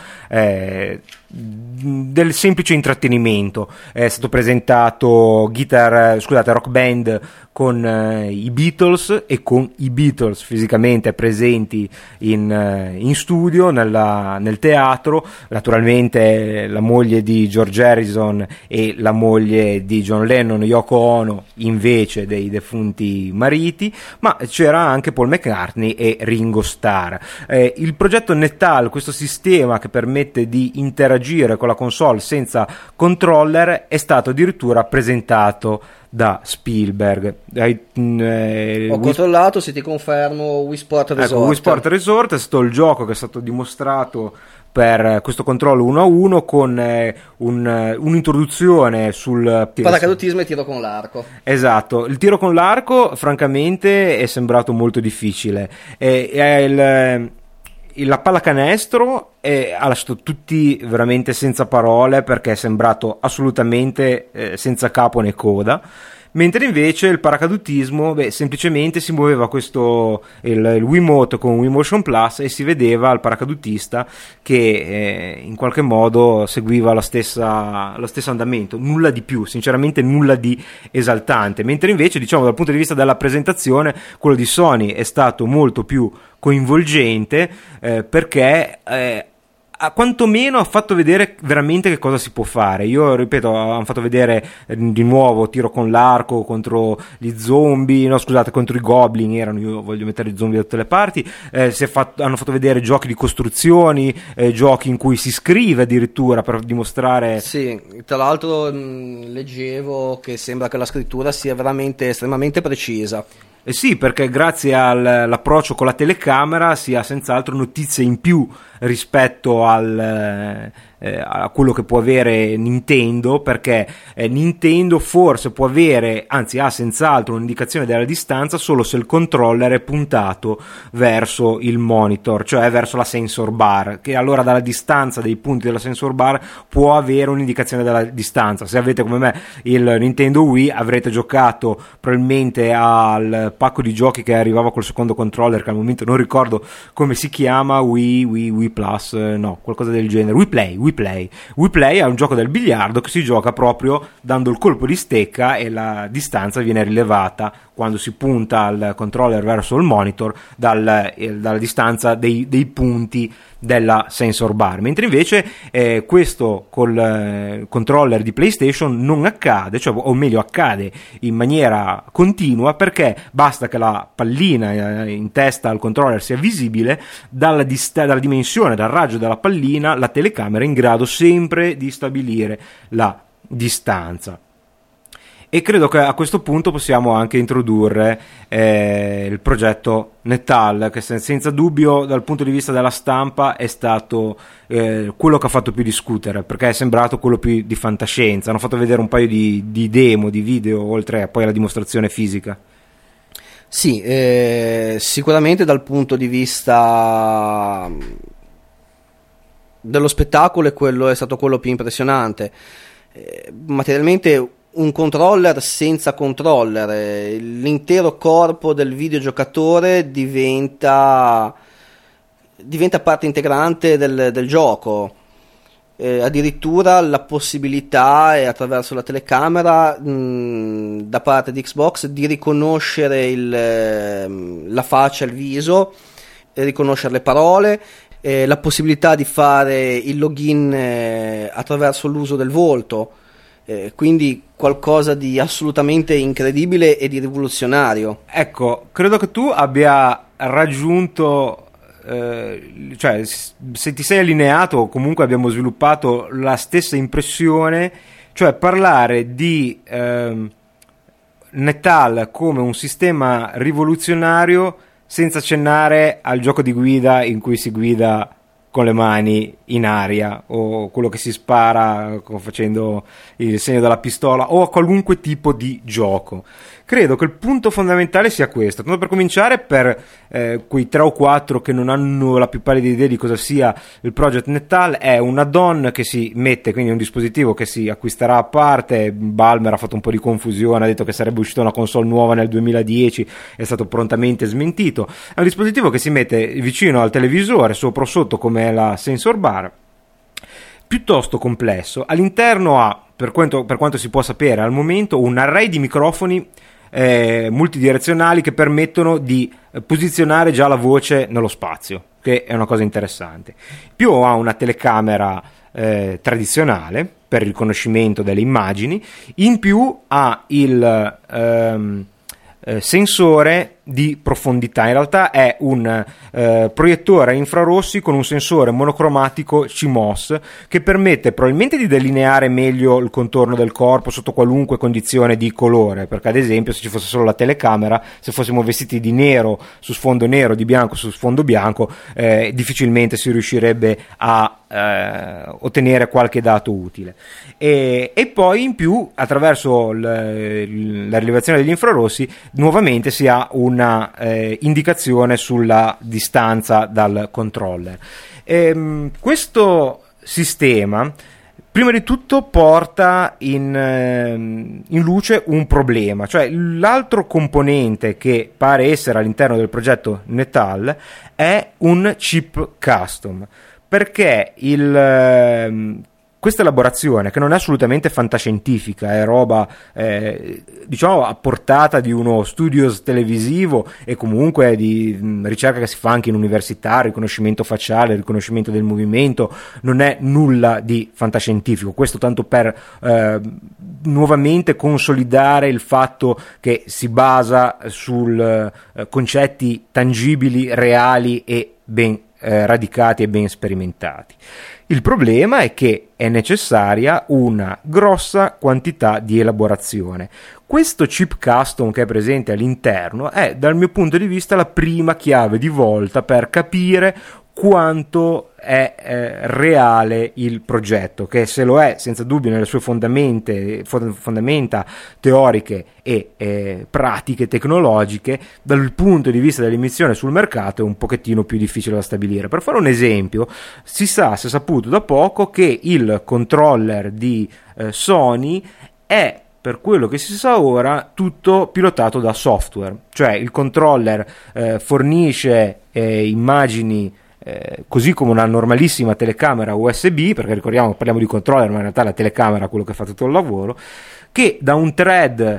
del semplice intrattenimento. È stato presentato Rock Band con i Beatles, e con i Beatles fisicamente presenti in studio nel teatro. Naturalmente la moglie di George Harrison e la moglie di John Lennon, Yoko Ono, invece dei defunti mariti, ma c'era anche Paul McCartney e Ringo Starr. Il progetto Nettal, questo sistema che permette di interagire con la console senza controller, è stato addirittura presentato da Spielberg. Ho controllato, se ti confermo, Wii Sport Resort. Ecco, Wii Sport Resort è stato il gioco che è stato dimostrato per questo controllo 1-1 con un'introduzione sul paracadutismo e tiro con l'arco. Esatto, il tiro con l'arco francamente è sembrato molto difficile. La pallacanestro ha lasciato tutti veramente senza parole, perché è sembrato assolutamente senza capo né coda, mentre invece il paracadutismo, semplicemente si muoveva il Wiimote con Wii Motion Plus e si vedeva il paracadutista che in qualche modo seguiva lo stesso andamento, nulla di più, sinceramente nulla di esaltante. Mentre invece, diciamo, dal punto di vista della presentazione, quello di Sony è stato molto più coinvolgente, perché quantomeno ha fatto vedere veramente che cosa si può fare. Io ripeto, hanno fatto vedere di nuovo tiro con l'arco contro gli zombie, no scusate, contro i goblin io voglio mettere i zombie da tutte le parti. Hanno fatto vedere giochi di costruzioni, giochi in cui si scrive addirittura per dimostrare. Sì, tra l'altro leggevo che sembra che la scrittura sia veramente estremamente precisa. Sì, perché grazie all'approccio con la telecamera si ha senz'altro notizie in più rispetto a quello che può avere Nintendo, perché Nintendo forse può avere, anzi ha senz'altro un'indicazione della distanza solo se il controller è puntato verso il monitor, cioè verso la sensor bar, che allora dalla distanza dei punti della sensor bar può avere un'indicazione della distanza. Se avete come me il Nintendo Wii avrete giocato probabilmente al pacco di giochi che arrivava col secondo controller, che al momento non ricordo come si chiama, Wii Plus, no, qualcosa del genere, Wii Play è un gioco del biliardo che si gioca proprio dando il colpo di stecca e la distanza viene rilevata quando si punta il controller verso il monitor dalla distanza dei punti della sensor bar, mentre invece questo col controller di PlayStation non accade, cioè, o meglio accade in maniera continua, perché basta che la pallina in testa al controller sia visibile, dalla dimensione, dal raggio della pallina la telecamera è in grado sempre di stabilire la distanza. E credo che a questo punto possiamo anche introdurre il progetto Nettal, che senza dubbio dal punto di vista della stampa è stato quello che ha fatto più discutere, perché è sembrato quello più di fantascienza. Hanno fatto vedere un paio di demo, di video, oltre a poi alla dimostrazione fisica. Sì, sicuramente dal punto di vista dello spettacolo è stato quello più impressionante. Materialmente un controller senza controller, l'intero corpo del videogiocatore diventa parte integrante del gioco. Addirittura la possibilità attraverso la telecamera da parte di Xbox di riconoscere la faccia, il viso, riconoscere le parole, la possibilità di fare il login attraverso l'uso del volto, quindi qualcosa di assolutamente incredibile e di rivoluzionario. Ecco, credo che tu abbia raggiunto, cioè se ti sei allineato o comunque abbiamo sviluppato la stessa impressione, cioè parlare di Netal come un sistema rivoluzionario senza accennare al gioco di guida in cui si guida con le mani in aria, o quello che si spara facendo il segno della pistola, o a qualunque tipo di gioco. Credo che il punto fondamentale sia questo. Tanto per cominciare, per quei 3 o 4 che non hanno la più pallida idea di cosa sia il Project Netal, è un add-on che si mette, quindi un dispositivo che si acquisterà a parte. Balmer ha fatto un po' di confusione, ha detto che sarebbe uscita una console nuova nel 2010, è stato prontamente smentito. È un dispositivo che si mette vicino al televisore, sopra o sotto, come la sensor bar, piuttosto complesso. All'interno ha, per quanto si può sapere al momento, un array di microfoni multidirezionali che permettono di posizionare già la voce nello spazio, che è una cosa interessante. Più ha una telecamera tradizionale per il riconoscimento delle immagini, in più ha il sensore di profondità. In realtà è un proiettore a infrarossi con un sensore monocromatico CMOS che permette probabilmente di delineare meglio il contorno del corpo sotto qualunque condizione di colore, perché ad esempio se ci fosse solo la telecamera, se fossimo vestiti di nero su sfondo nero, di bianco su sfondo bianco, difficilmente si riuscirebbe a ottenere qualche dato utile. E poi in più, attraverso la rilevazione degli infrarossi, nuovamente si ha una indicazione sulla distanza dal controller. Questo sistema prima di tutto porta in luce un problema, cioè l'altro componente che pare essere all'interno del progetto Netal è un chip custom, perché questa elaborazione, che non è assolutamente fantascientifica, è roba diciamo a portata di uno studios televisivo e comunque di ricerca che si fa anche in università, riconoscimento facciale, riconoscimento del movimento, non è nulla di fantascientifico. Questo tanto per nuovamente consolidare il fatto che si basa sul concetti tangibili, reali e ben radicati e ben sperimentati. Il problema è che è necessaria una grossa quantità di elaborazione. Questo chip custom che è presente all'interno è, dal mio punto di vista, la prima chiave di volta per capire quanto è reale il progetto, che se lo è senza dubbio nelle sue fondamenta teoriche e pratiche tecnologiche, dal punto di vista dell'emissione sul mercato è un pochettino più difficile da stabilire. Per fare un esempio, si è saputo da poco che il controller di Sony è, per quello che si sa ora, tutto pilotato da software, cioè il controller fornisce immagini così come una normalissima telecamera USB, perché ricordiamo che parliamo di controller ma in realtà è la telecamera quello che fa tutto il lavoro, che da un thread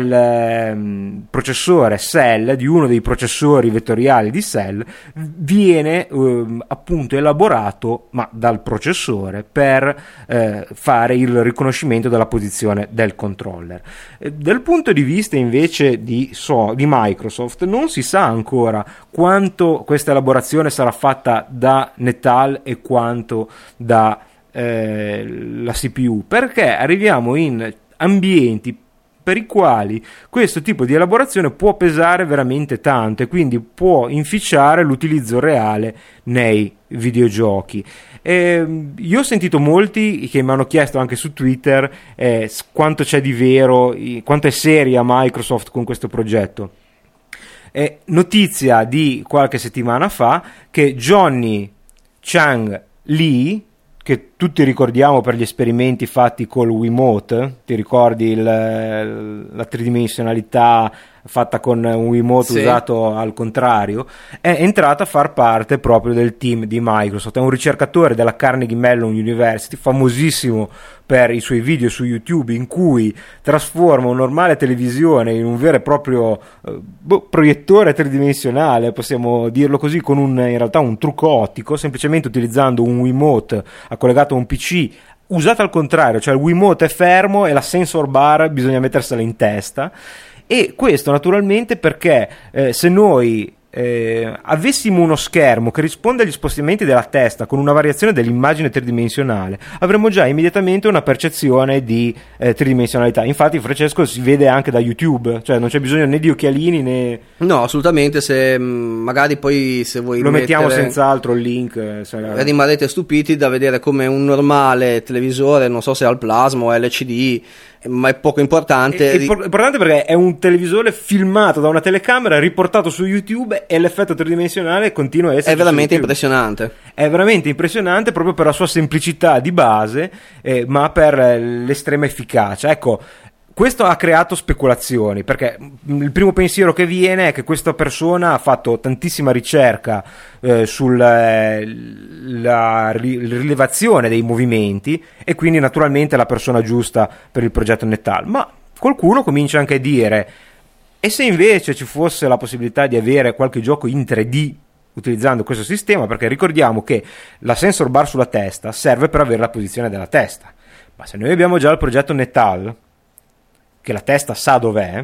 del processore Cell, di uno dei processori vettoriali di Cell, viene appunto elaborato ma dal processore per fare il riconoscimento della posizione del controller. Dal punto di vista invece di Microsoft non si sa ancora quanto questa elaborazione sarà fatta da Netal e quanto da la CPU, perché arriviamo in ambienti per i quali questo tipo di elaborazione può pesare veramente tanto e quindi può inficiare l'utilizzo reale nei videogiochi. Io ho sentito molti che mi hanno chiesto anche su Twitter quanto c'è di vero, quanto è seria Microsoft con questo progetto. Notizia di qualche settimana fa che Johnny Chang Lee, che tutti ricordiamo per gli esperimenti fatti col Wiimote, ti ricordi la tridimensionalità fatta con un Wiimote usato al contrario, è entrata a far parte proprio del team di Microsoft. È un ricercatore della Carnegie Mellon University, famosissimo per i suoi video su YouTube in cui trasforma un normale televisione in un vero e proprio proiettore tridimensionale, possiamo dirlo così, con in realtà un trucco ottico, semplicemente utilizzando un Wiimote collegato a un PC usato al contrario, cioè il Wiimote è fermo e la sensor bar bisogna mettersela in testa. E questo naturalmente perché se noi avessimo uno schermo che risponde agli spostamenti della testa con una variazione dell'immagine tridimensionale, avremmo già immediatamente una percezione di tridimensionalità. Infatti Francesco si vede anche da YouTube, cioè non c'è bisogno né di occhialini né... No, assolutamente, se magari poi se voi lo mettiamo senz'altro il link, rimarrete stupiti da vedere come un normale televisore, non so se al plasma o LCD, ma è poco importante. È importante perché è un televisore filmato da una telecamera, riportato su YouTube, e l'effetto tridimensionale continua a essere. È veramente impressionante. È veramente impressionante proprio per la sua semplicità di base, ma per l'estrema efficacia. Ecco, questo ha creato speculazioni, perché il primo pensiero che viene è che questa persona ha fatto tantissima ricerca sulla rilevazione dei movimenti e quindi naturalmente è la persona giusta per il progetto Netal. Ma qualcuno comincia anche a dire: e se invece ci fosse la possibilità di avere qualche gioco in 3D utilizzando questo sistema? Perché ricordiamo che la sensor bar sulla testa serve per avere la posizione della testa, ma se noi abbiamo già il progetto Netal, che la testa sa dov'è,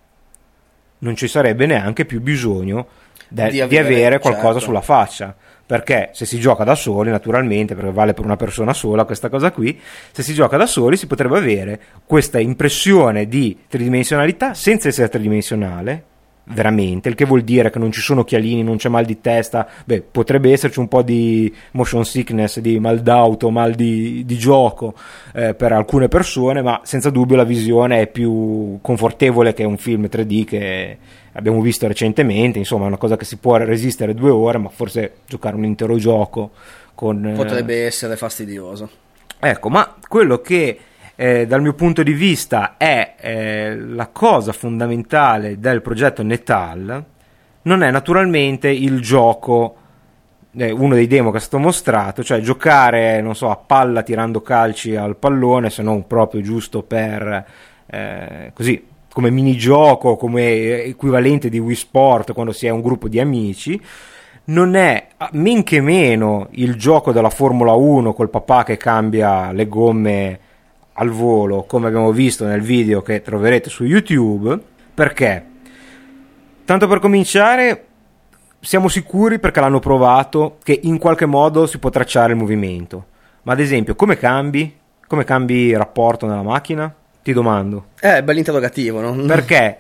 non ci sarebbe neanche più bisogno di avere qualcosa sulla faccia, perché se si gioca da soli, naturalmente, perché vale per una persona sola questa cosa qui, se si gioca da soli si potrebbe avere questa impressione di tridimensionalità senza essere tridimensionale veramente, il che vuol dire che non ci sono occhialini, non c'è mal di testa. Potrebbe esserci un po' di motion sickness, di mal d'auto, mal di gioco per alcune persone, ma senza dubbio la visione è più confortevole che un film 3D che abbiamo visto recentemente. Insomma, è una cosa che si può resistere 2 ore, ma forse giocare un intero gioco potrebbe essere fastidioso. Ecco, ma quello che dal mio punto di vista è la cosa fondamentale del progetto Netal non è naturalmente il gioco, uno dei demo che è stato mostrato, cioè giocare, non so, a palla tirando calci al pallone, se non proprio giusto per così come minigioco, come equivalente di Wii Sport quando si è un gruppo di amici. Non è men che meno il gioco della Formula 1 col papà che cambia le gomme al volo, come abbiamo visto nel video che troverete su YouTube. Perché? Tanto per cominciare, siamo sicuri, perché l'hanno provato, che in qualche modo si può tracciare il movimento. Ma ad esempio, come cambi? Come cambi il rapporto nella macchina? Ti domando. Bell'interrogativo, no? Perché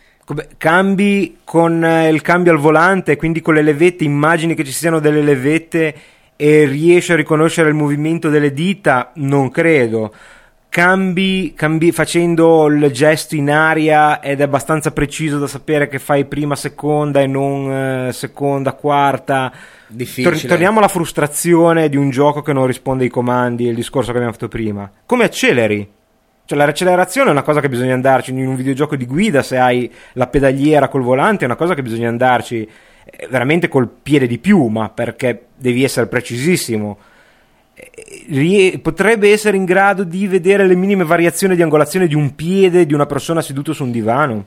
cambi con il cambio al volante, quindi con le levette, immagini che ci siano delle levette e riesci a riconoscere il movimento delle dita? Non credo. Cambi facendo il gesto in aria ed è abbastanza preciso da sapere che fai prima seconda e non seconda quarta. Difficile. Torniamo alla frustrazione di un gioco che non risponde ai comandi, il discorso che abbiamo fatto prima. Come acceleri? Cioè l'accelerazione è una cosa che bisogna andarci in un videogioco di guida, se hai la pedaliera col volante è una cosa che bisogna andarci veramente col piede di piuma, perché devi essere precisissimo. Potrebbe essere in grado di vedere le minime variazioni di angolazione di un piede di una persona seduto su un divano.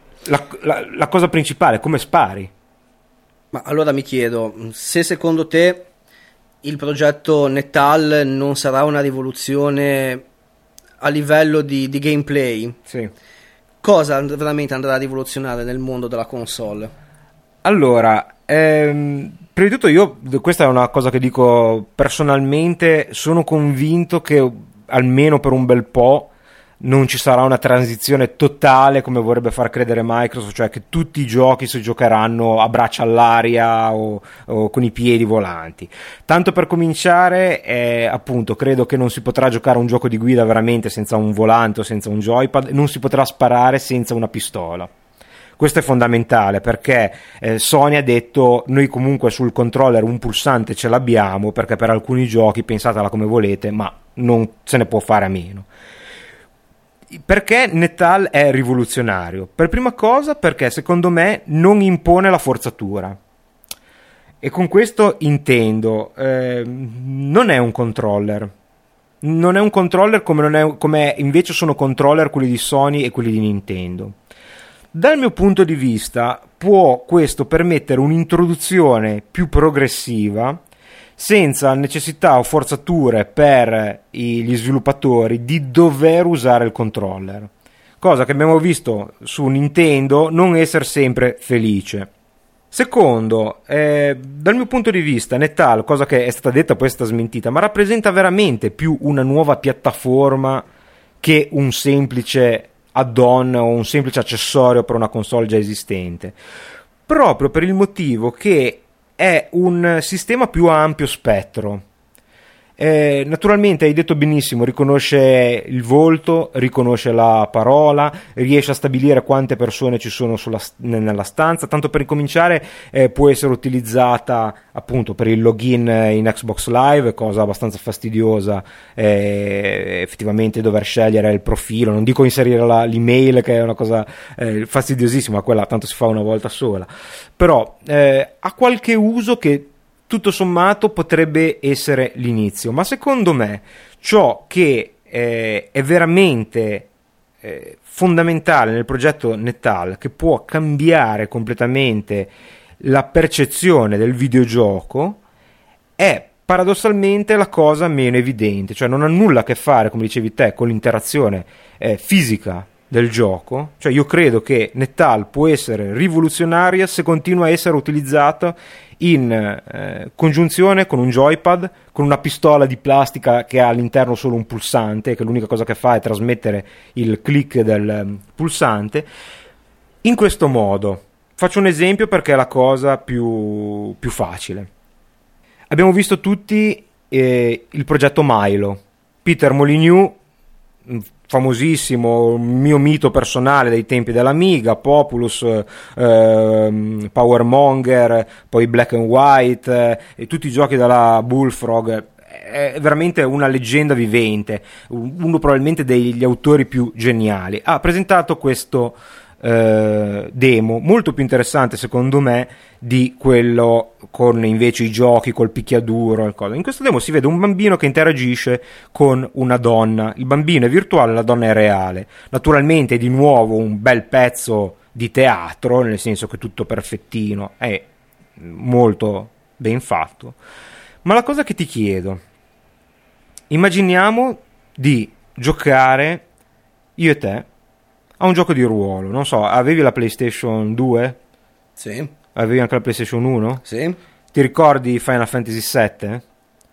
La cosa principale, come spari? Ma allora mi chiedo, se secondo te il progetto Netal non sarà una rivoluzione a livello di gameplay, sì, cosa veramente andrà a rivoluzionare nel mondo della console? Allora, prima di tutto io, questa è una cosa che dico personalmente, sono convinto che almeno per un bel po' non ci sarà una transizione totale come vorrebbe far credere Microsoft, cioè che tutti i giochi si giocheranno a braccia all'aria o con i piedi volanti. Tanto per cominciare, appunto, credo che non si potrà giocare un gioco di guida veramente senza un volante o senza un joypad, non si potrà sparare senza una pistola. Questo è fondamentale, perché Sony ha detto: noi comunque sul controller un pulsante ce l'abbiamo, perché per alcuni giochi pensatela come volete, ma non se ne può fare a meno. Perché Nettal è rivoluzionario? Per prima cosa perché secondo me non impone la forzatura. E con questo intendo, non è un controller. Non è un controller come invece sono controller quelli di Sony e quelli di Nintendo. Dal mio punto di vista può questo permettere un'introduzione più progressiva senza necessità o forzature per gli sviluppatori di dover usare il controller, cosa che abbiamo visto su Nintendo non essere sempre felice. Secondo, dal mio punto di vista Nettal, cosa che è stata detta poi è stata smentita, ma rappresenta veramente più una nuova piattaforma che un semplice add-on o un semplice accessorio per una console già esistente, proprio per il motivo che è un sistema più ampio spettro. Naturalmente hai detto benissimo, riconosce il volto, riconosce la parola, riesce a stabilire quante persone ci sono nella stanza. Tanto per incominciare può essere utilizzata appunto per il login in Xbox Live, cosa abbastanza fastidiosa, effettivamente dover scegliere il profilo, non dico inserire l'email che è una cosa fastidiosissima, quella tanto si fa una volta sola, però ha qualche uso che tutto sommato potrebbe essere l'inizio, ma secondo me ciò che è veramente fondamentale nel progetto Nettal, che può cambiare completamente la percezione del videogioco, è paradossalmente la cosa meno evidente, cioè non ha nulla a che fare, come dicevi te, con l'interazione fisica del gioco. Cioè io credo che Nettal può essere rivoluzionaria se continua a essere utilizzata in congiunzione con un joypad, con una pistola di plastica che ha all'interno solo un pulsante, che l'unica cosa che fa è trasmettere il click del pulsante. In questo modo faccio un esempio perché è la cosa più facile. Abbiamo visto tutti il progetto Milo, Peter Molyneux, famosissimo, mio mito personale dei tempi dell'Amiga, Populous, Powermonger, poi Black and White, e tutti i giochi della Bullfrog. È veramente una leggenda vivente, uno probabilmente degli autori più geniali. Ha presentato questo demo molto più interessante secondo me di quello con invece i giochi col picchiaduro e cose. In questo demo si vede un bambino che interagisce con una donna, il bambino è virtuale, la donna è reale. Naturalmente è di nuovo un bel pezzo di teatro, nel senso che tutto perfettino, è molto ben fatto, ma la cosa che ti chiedo, immaginiamo di giocare io e te a un gioco di ruolo, non so, avevi la PlayStation 2? Sì. Avevi anche la PlayStation 1? Sì. Ti ricordi Final Fantasy VII?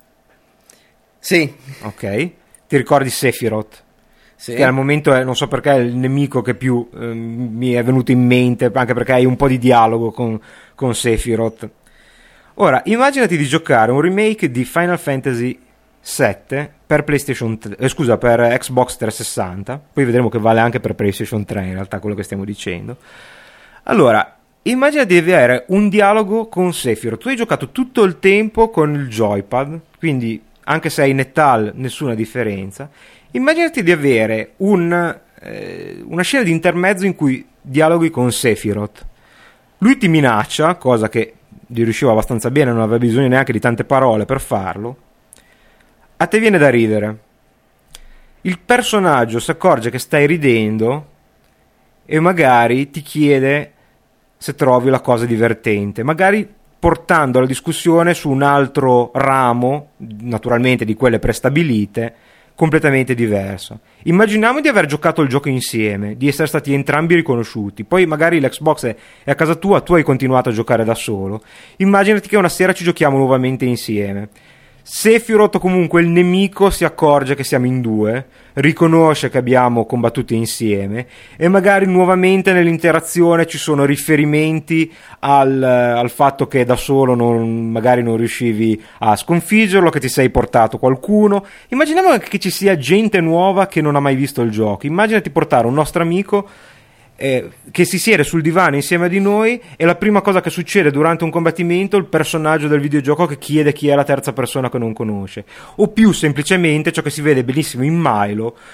Sì. Ok. Ti ricordi Sephiroth? Sì. Che al momento è, non so perché, è il nemico che più mi è venuto in mente, anche perché hai un po' di dialogo con Sephiroth. Ora, immaginati di giocare un remake di Final Fantasy 7 per PlayStation 3, per Xbox 360, poi vedremo che vale anche per PlayStation 3 in realtà quello che stiamo dicendo. Allora, immagina di avere un dialogo con Sephiroth, tu hai giocato tutto il tempo con il joypad, quindi anche se hai Nettal nessuna differenza. Immaginati di avere una scena di intermezzo in cui dialoghi con Sephiroth, lui ti minaccia, cosa che gli riusciva abbastanza bene, non aveva bisogno neanche di tante parole per farlo. A te viene da ridere, il personaggio si accorge che stai ridendo e magari ti chiede se trovi la cosa divertente, magari portando la discussione su un altro ramo, naturalmente di quelle prestabilite, completamente diverso. Immaginiamo di aver giocato il gioco insieme, di essere stati entrambi riconosciuti, poi magari l'Xbox è a casa tua, tu hai continuato a giocare da solo. Immaginati che una sera ci giochiamo nuovamente insieme. Sephiroth, comunque il nemico, si accorge che siamo in due, riconosce che abbiamo combattuto insieme e magari nuovamente nell'interazione ci sono riferimenti al fatto che da solo magari non riuscivi a sconfiggerlo, che ti sei portato qualcuno. Immaginiamo anche che ci sia gente nuova che non ha mai visto il gioco. Immaginati portare un nostro amico che si siede sul divano insieme a di noi e la prima cosa che succede durante un combattimento, il personaggio del videogioco che chiede chi è la terza persona che non conosce, o più semplicemente ciò che si vede benissimo in Milo,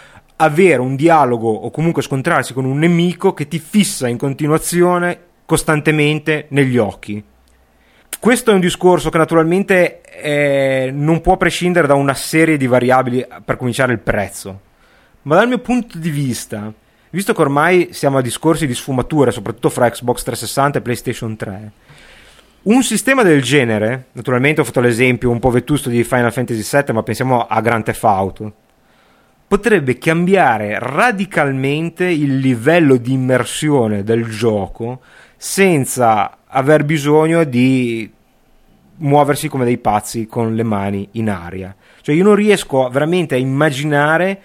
avere un dialogo o comunque scontrarsi con un nemico che ti fissa in continuazione, costantemente negli occhi. Questo è un discorso che naturalmente non può prescindere da una serie di variabili, per cominciare il prezzo. Ma dal mio punto di vista, visto che ormai siamo a discorsi di sfumature, soprattutto fra Xbox 360 e PlayStation 3, un sistema del genere, naturalmente ho fatto l'esempio un po' vetusto di Final Fantasy VII, ma pensiamo a Grand Theft Auto, potrebbe cambiare radicalmente il livello di immersione del gioco senza aver bisogno di muoversi come dei pazzi con le mani in aria. Cioè io non riesco veramente a immaginare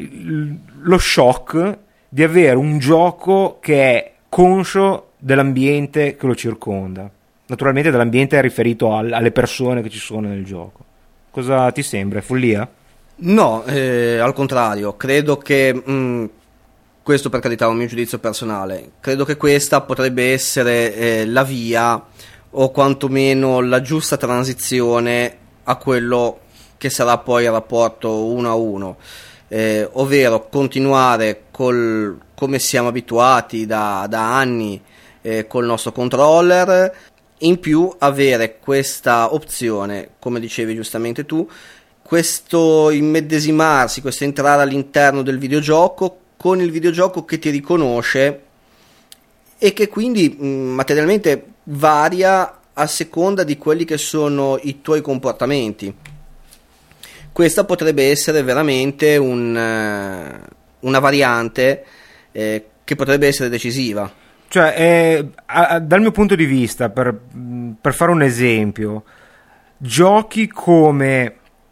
lo shock di avere un gioco che è conscio dell'ambiente che lo circonda. Naturalmente dell'ambiente è riferito alle persone che ci sono nel gioco. Cosa ti sembra? È follia? No, al contrario, credo che questo per carità è un mio giudizio personale, credo che questa potrebbe essere la via o quantomeno la giusta transizione a quello che sarà poi il rapporto 1 a 1, ovvero continuare come siamo abituati da anni col nostro controller, in più avere questa opzione, come dicevi giustamente tu, questo immedesimarsi, questo entrare all'interno del videogioco con il videogioco che ti riconosce e che quindi materialmente varia a seconda di quelli che sono i tuoi comportamenti. Questa potrebbe essere veramente una variante che potrebbe essere decisiva. Cioè, dal mio punto di vista, per fare un esempio, giochi come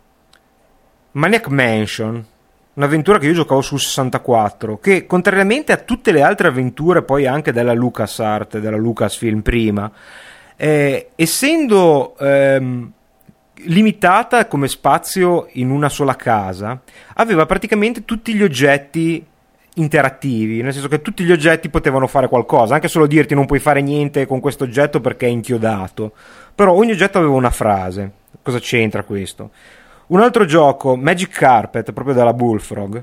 Maniac Mansion, un'avventura che io giocavo sul 64, che contrariamente a tutte le altre avventure poi anche della LucasArts, della Lucasfilm prima, essendo limitata come spazio in una sola casa, aveva praticamente tutti gli oggetti interattivi, nel senso che tutti gli oggetti potevano fare qualcosa, anche solo dirti non puoi fare niente con questo oggetto perché è inchiodato, però ogni oggetto aveva una frase. Cosa c'entra questo? Un altro gioco, Magic Carpet, proprio della Bullfrog,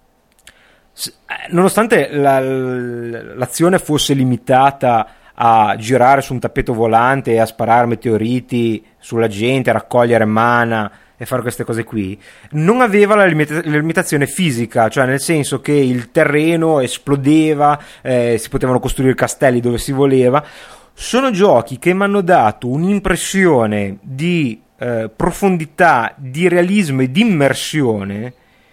nonostante l'azione fosse limitata a girare su un tappeto volante e a sparare meteoriti sulla gente, a raccogliere mana e fare queste cose qui, non aveva la limitazione fisica, cioè nel senso che il terreno esplodeva, si potevano costruire castelli dove si voleva. Sono giochi che mi hanno dato un'impressione di profondità, di realismo e di immersione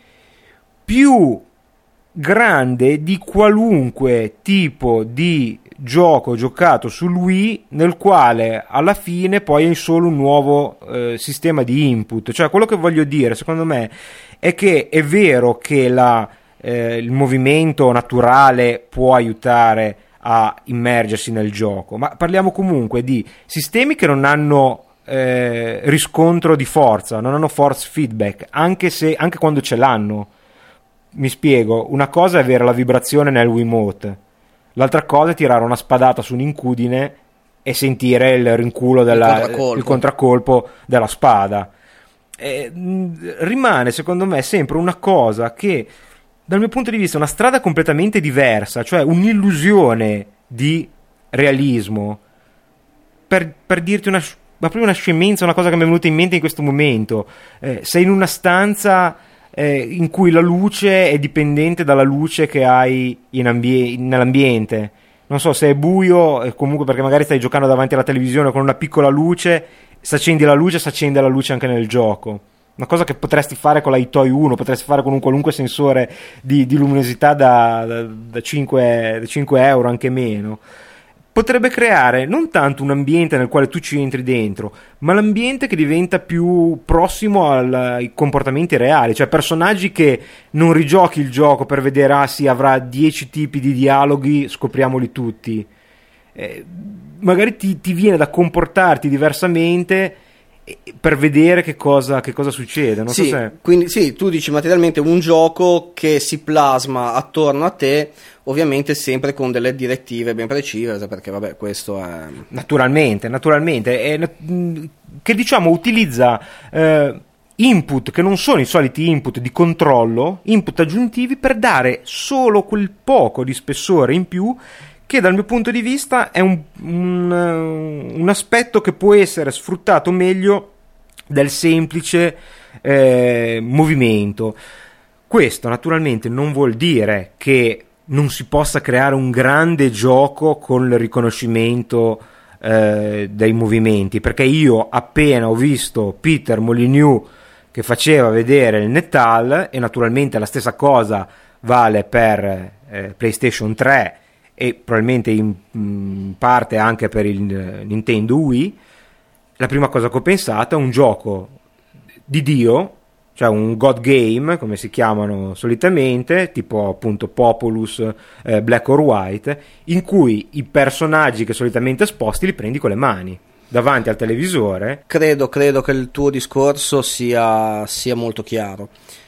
più grande di qualunque tipo di gioco giocato sul Wii, nel quale alla fine poi hai solo un nuovo sistema di input. Cioè, quello che voglio dire, secondo me, è che è vero che il movimento naturale può aiutare a immergersi nel gioco, ma parliamo comunque di sistemi che non hanno riscontro di forza, non hanno force feedback, anche quando ce l'hanno. Mi spiego, una cosa è avere la vibrazione nel Wiimote, l'altra cosa è tirare una spadata su un'incudine e sentire il rinculo il contraccolpo della spada. Rimane secondo me sempre una cosa che dal mio punto di vista è una strada completamente diversa, cioè un'illusione di realismo. Per dirti ma proprio una scemenza, una cosa che mi è venuta in mente in questo momento, sei in una stanza in cui la luce è dipendente dalla luce che hai nell'ambiente. Non so, se è buio, comunque perché magari stai giocando davanti alla televisione con una piccola luce, se accendi la luce, si accende la luce anche nel gioco. Una cosa che potresti fare con la Itoi 1, potresti fare con un qualunque sensore di luminosità da 5 euro, anche meno. Potrebbe creare non tanto un ambiente nel quale tu ci entri dentro, ma l'ambiente che diventa più prossimo ai comportamenti reali, cioè personaggi che non rigiochi il gioco per vedere sì, avrà 10 tipi di dialoghi, scopriamoli tutti. Magari ti viene da comportarti diversamente per vedere che cosa succede. Non sì, so se... Quindi sì, tu dici materialmente un gioco che si plasma attorno a te, ovviamente sempre con delle direttive ben precise, perché vabbè, questo è... Naturalmente, che diciamo utilizza input che non sono i soliti input di controllo, input aggiuntivi per dare solo quel poco di spessore in più, che dal mio punto di vista è un aspetto che può essere sfruttato meglio del semplice movimento. Questo naturalmente non vuol dire che non si possa creare un grande gioco con il riconoscimento dei movimenti, perché io appena ho visto Peter Molyneux che faceva vedere il Netal, e naturalmente la stessa cosa vale per PlayStation 3 e probabilmente in parte anche per il Nintendo Wii, la prima cosa che ho pensato è un gioco di Dio, cioè un God Game come si chiamano solitamente, tipo appunto Populous, Black or White, in cui i personaggi che solitamente esposti li prendi con le mani davanti al televisore. Credo che il tuo discorso sia molto chiaro.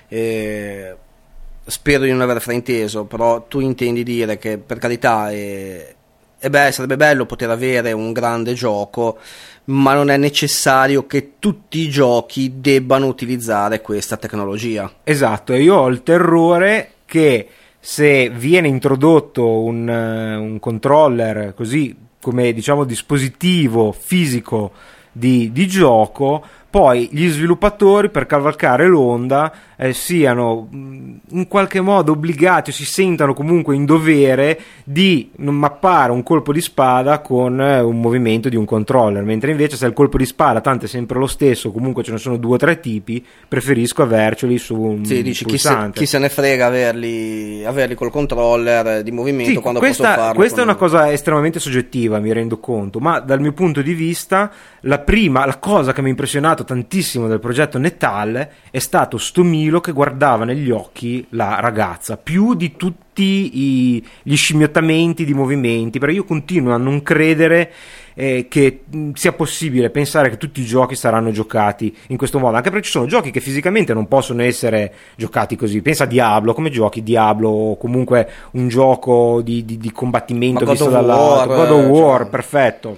Spero di non aver frainteso, però tu intendi dire che, per carità, sarebbe bello poter avere un grande gioco, ma non è necessario che tutti i giochi debbano utilizzare questa tecnologia. Esatto, e io ho il terrore che se viene introdotto un controller così come diciamo dispositivo fisico di gioco, poi gli sviluppatori per cavalcare l'onda siano in qualche modo obbligati o si sentano comunque in dovere di mappare un colpo di spada con un movimento di un controller, mentre invece se il colpo di spada tanto è sempre lo stesso, comunque ce ne sono 2 o 3 tipi, preferisco averceli su un pulsante. Chi se ne frega averli col controller di movimento, sì, quando posso farlo. Questa è una cosa estremamente soggettiva, mi rendo conto, ma dal mio punto di vista la cosa che mi ha impressionato tantissimo del progetto Netal è stato sto Milo che guardava negli occhi la ragazza, più di tutti gli scimmiottamenti di movimenti, perché io continuo a non credere che sia possibile pensare che tutti i giochi saranno giocati in questo modo, anche perché ci sono giochi che fisicamente non possono essere giocati così. Pensa a Diablo, come giochi Diablo, o comunque un gioco di combattimento visto dall'alto, God of War, perfetto.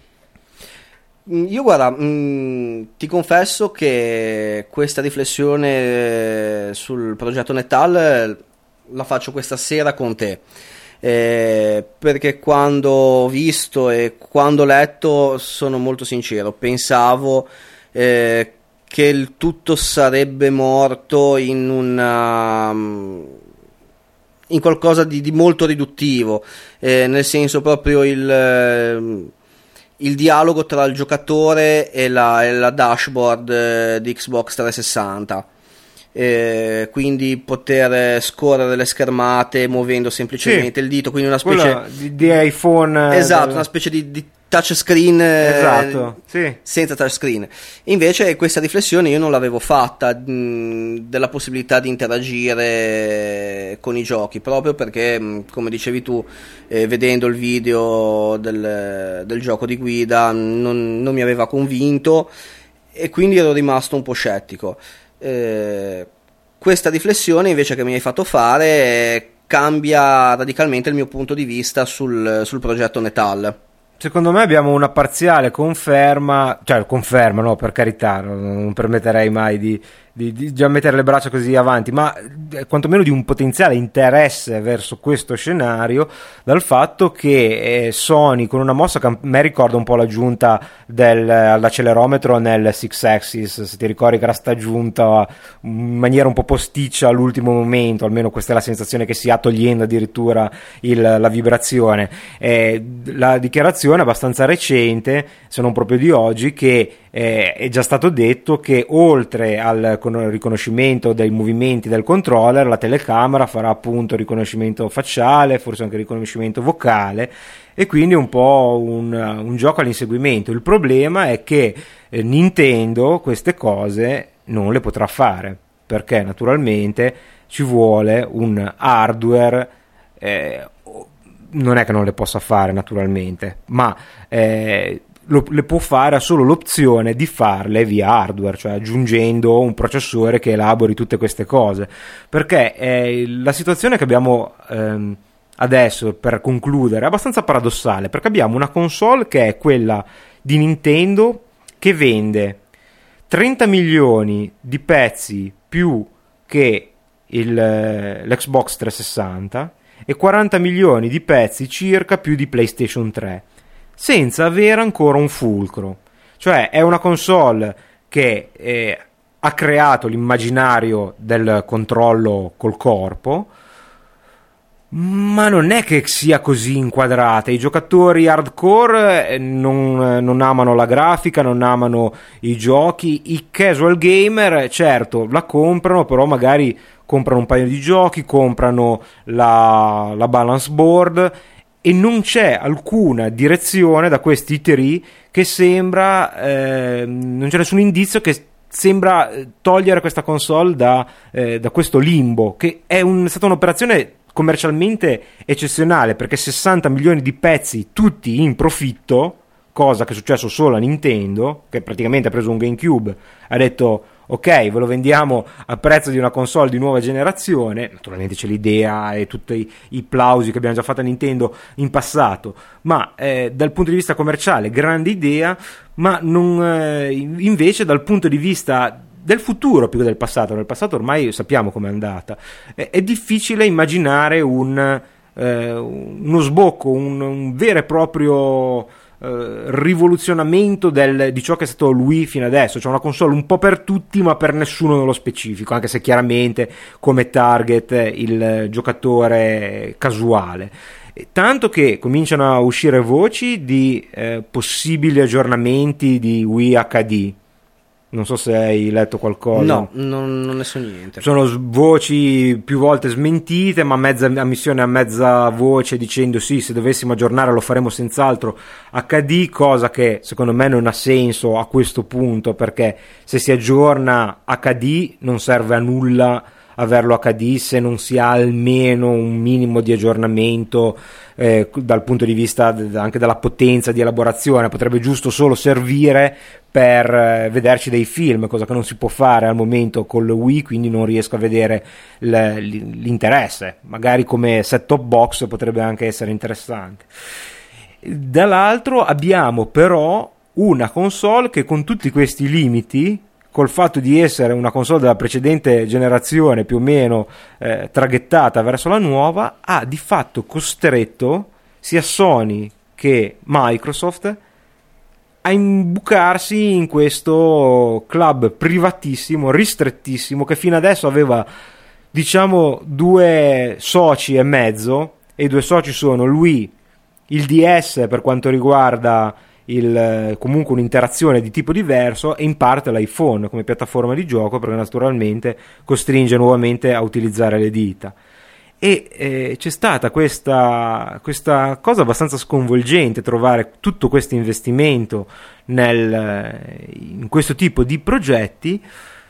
Io guarda, ti confesso che questa riflessione sul progetto Netal la faccio questa sera con te, perché quando ho visto e quando ho letto, sono molto sincero, pensavo che il tutto sarebbe morto in qualcosa di molto riduttivo, nel senso proprio il dialogo tra il giocatore e la dashboard di Xbox 360, quindi poter scorrere le schermate muovendo semplicemente il dito, quindi una specie di iPhone, esatto, una specie di touchscreen, esatto, sì, senza touchscreen. Invece questa riflessione io non l'avevo fatta, della possibilità di interagire con i giochi, proprio perché, come dicevi tu, vedendo il video del gioco di guida non mi aveva convinto, e quindi ero rimasto un po' scettico. Questa riflessione invece che mi hai fatto fare cambia radicalmente il mio punto di vista sul progetto Netal. Secondo me abbiamo una parziale conferma, no, per carità, non permetterei mai di già mettere le braccia così avanti, ma quantomeno di un potenziale interesse verso questo scenario, dal fatto che Sony, con una mossa che a me ricorda un po' l'aggiunta all'accelerometro nel Six Axis, se ti ricordi che era sta aggiunta in maniera un po' posticcia all'ultimo momento, almeno questa è la sensazione che si ha, togliendo addirittura la vibrazione. La dichiarazione è abbastanza recente, se non proprio di oggi, che è già stato detto che oltre al riconoscimento dei movimenti del controller, la telecamera farà appunto riconoscimento facciale, forse anche riconoscimento vocale, e quindi un po' un gioco all'inseguimento. Il problema è che Nintendo queste cose non le potrà fare, perché naturalmente ci vuole un hardware, non è che non le possa fare naturalmente, ma le può fare, ha solo l'opzione di farle via hardware, cioè aggiungendo un processore che elabori tutte queste cose, perché la situazione che abbiamo adesso, per concludere, è abbastanza paradossale, perché abbiamo una console che è quella di Nintendo, che vende 30 milioni di pezzi più che l'Xbox 360 e 40 milioni di pezzi circa più di PlayStation 3, senza avere ancora un fulcro. Cioè è una console che ha creato l'immaginario del controllo col corpo, ma non è che sia così inquadrata. I giocatori hardcore non amano la grafica, non amano i giochi. I casual gamer certo la comprano, però magari comprano un paio di giochi, comprano la balance board, e non c'è alcuna direzione da questi iteri che sembra non c'è nessun indizio che sembra togliere questa console da questo limbo, che è stata un'operazione commercialmente eccezionale, perché 60 milioni di pezzi tutti in profitto, cosa che è successo solo a Nintendo, che praticamente ha preso un GameCube, ha detto ok, ve lo vendiamo a prezzo di una console di nuova generazione. Naturalmente c'è l'idea e tutti i plausi che abbiamo già fatto a Nintendo in passato, ma dal punto di vista commerciale grande idea, ma non invece dal punto di vista del futuro più che del passato. Nel passato ormai sappiamo com'è andata. È difficile immaginare uno sbocco, un vero e proprio rivoluzionamento di ciò che è stato il Wii fino adesso, cioè una console un po' per tutti ma per nessuno nello specifico, anche se chiaramente come target il giocatore casuale. Tanto che cominciano a uscire voci di possibili aggiornamenti di Wii HD. Non so se hai letto qualcosa. No, non ne so niente. Sono voci più volte smentite, ma mezza ammissione a mezza voce, dicendo sì, se dovessimo aggiornare lo faremo senz'altro HD, cosa che secondo me non ha senso a questo punto, perché se si aggiorna HD non serve a nulla averlo HD se non si ha almeno un minimo di aggiornamento dal punto di vista anche della potenza di elaborazione. Potrebbe giusto solo servire per vederci dei film, cosa che non si può fare al momento con il Wii, quindi non riesco a vedere l'interesse. Magari come set-top box potrebbe anche essere interessante. Dall'altro abbiamo però una console che, con tutti questi limiti, col fatto di essere una console della precedente generazione più o meno traghettata verso la nuova, ha di fatto costretto sia Sony che Microsoft a imbucarsi in questo club privatissimo, ristrettissimo, che fino adesso aveva, diciamo, 2 soci e mezzo, e i 2 soci sono lui, il DS per quanto riguarda comunque un'interazione di tipo diverso, e in parte l'iPhone come piattaforma di gioco, perché naturalmente costringe nuovamente a utilizzare le dita. E c'è stata questa cosa abbastanza sconvolgente, trovare tutto questo investimento in questo tipo di progetti,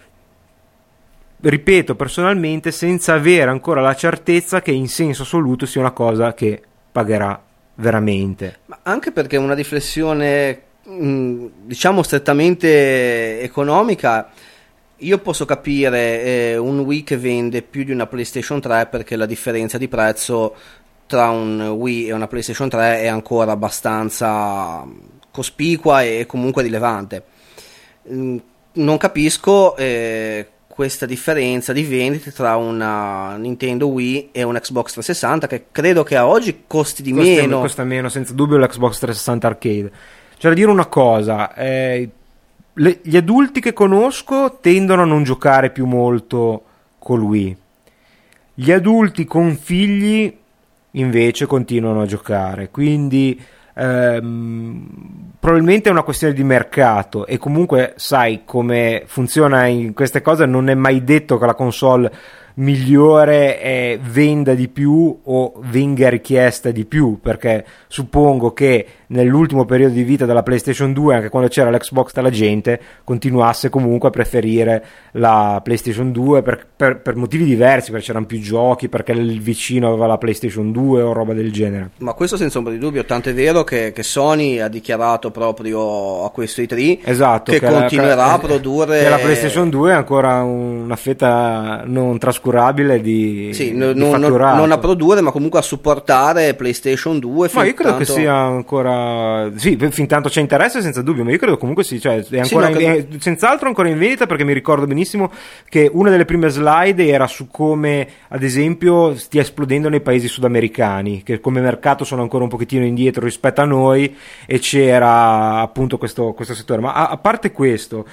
ripeto, personalmente senza avere ancora la certezza che in senso assoluto sia una cosa che pagherà veramente. Ma anche perché una riflessione diciamo strettamente economica, io posso capire un Wii che vende più di una PlayStation 3 perché la differenza di prezzo tra un Wii e una PlayStation 3 è ancora abbastanza cospicua e comunque rilevante. Non capisco questa differenza di vendite tra una Nintendo Wii e un Xbox 360, che credo che a oggi costi meno. Costa meno senza dubbio l'Xbox 360 Arcade. C'è da dire una cosa, gli adulti che conosco tendono a non giocare più molto col Wii. Gli adulti con figli invece continuano a giocare, quindi probabilmente è una questione di mercato, e comunque sai come funziona in queste cose, non è mai detto che la console migliore venda di più o venga richiesta di più, perché suppongo che nell'ultimo periodo di vita della PlayStation 2, anche quando c'era l'Xbox, la gente continuasse comunque a preferire la PlayStation 2 per motivi diversi, perché c'erano più giochi, perché il vicino aveva la PlayStation 2 o roba del genere. Ma questo senza ombra di dubbio, tanto è vero che Sony ha dichiarato proprio a questo E3 esatto, che continuerà a produrre, che la PlayStation 2 è ancora una fetta non trascurabile trascurabile di non fatturato. a produrre, ma comunque a supportare PlayStation 2. Ma io credo che sia ancora, sì, fin tanto c'è interesse senza dubbio, ma io credo comunque sì, cioè è ancora è senz'altro ancora in vendita, perché mi ricordo benissimo che una delle prime slide era su come ad esempio stia esplodendo nei paesi sudamericani, che come mercato sono ancora un pochettino indietro rispetto a noi, e c'era appunto questo settore. Ma a parte questo,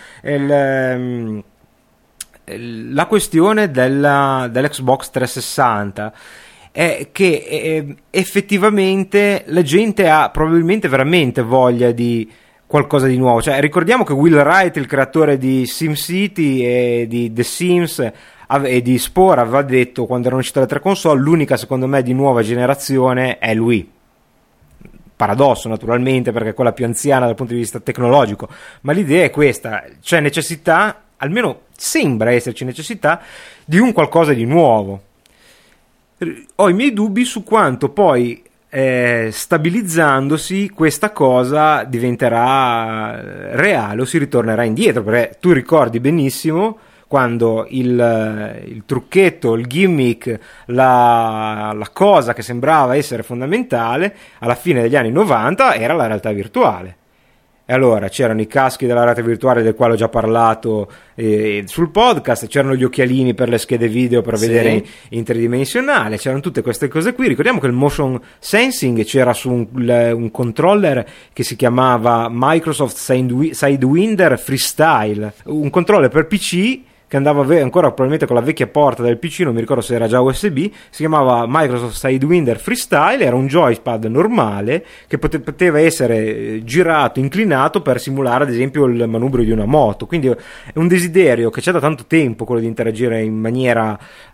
la questione dell'Xbox 360 è che effettivamente la gente ha probabilmente veramente voglia di qualcosa di nuovo. Cioè, ricordiamo che Will Wright, il creatore di SimCity e di The Sims e di Spore, aveva detto quando erano uscite le 3 console, l'unica secondo me di nuova generazione è lui. Paradosso naturalmente, perché è quella più anziana dal punto di vista tecnologico, ma l'idea è questa: c'è necessità, almeno sembra esserci necessità, di un qualcosa di nuovo. Ho i miei dubbi su quanto poi stabilizzandosi questa cosa diventerà reale o si ritornerà indietro, perché tu ricordi benissimo quando il trucchetto, il gimmick, la cosa che sembrava essere fondamentale alla fine degli anni 90 era la realtà virtuale. E allora c'erano i caschi della realtà virtuale, del quale ho già parlato sul podcast, c'erano gli occhialini per le schede video per vedere in tridimensionale, c'erano tutte queste cose qui. Ricordiamo che il motion sensing c'era su un controller che si chiamava Microsoft Sidewinder Freestyle, un controller per PC che andava ancora probabilmente con la vecchia porta del PC, non mi ricordo se era già USB, si chiamava Microsoft Sidewinder Freestyle, era un joypad normale che poteva essere girato, inclinato per simulare ad esempio il manubrio di una moto. Quindi è un desiderio che c'è da tanto tempo, quello di interagire in maniera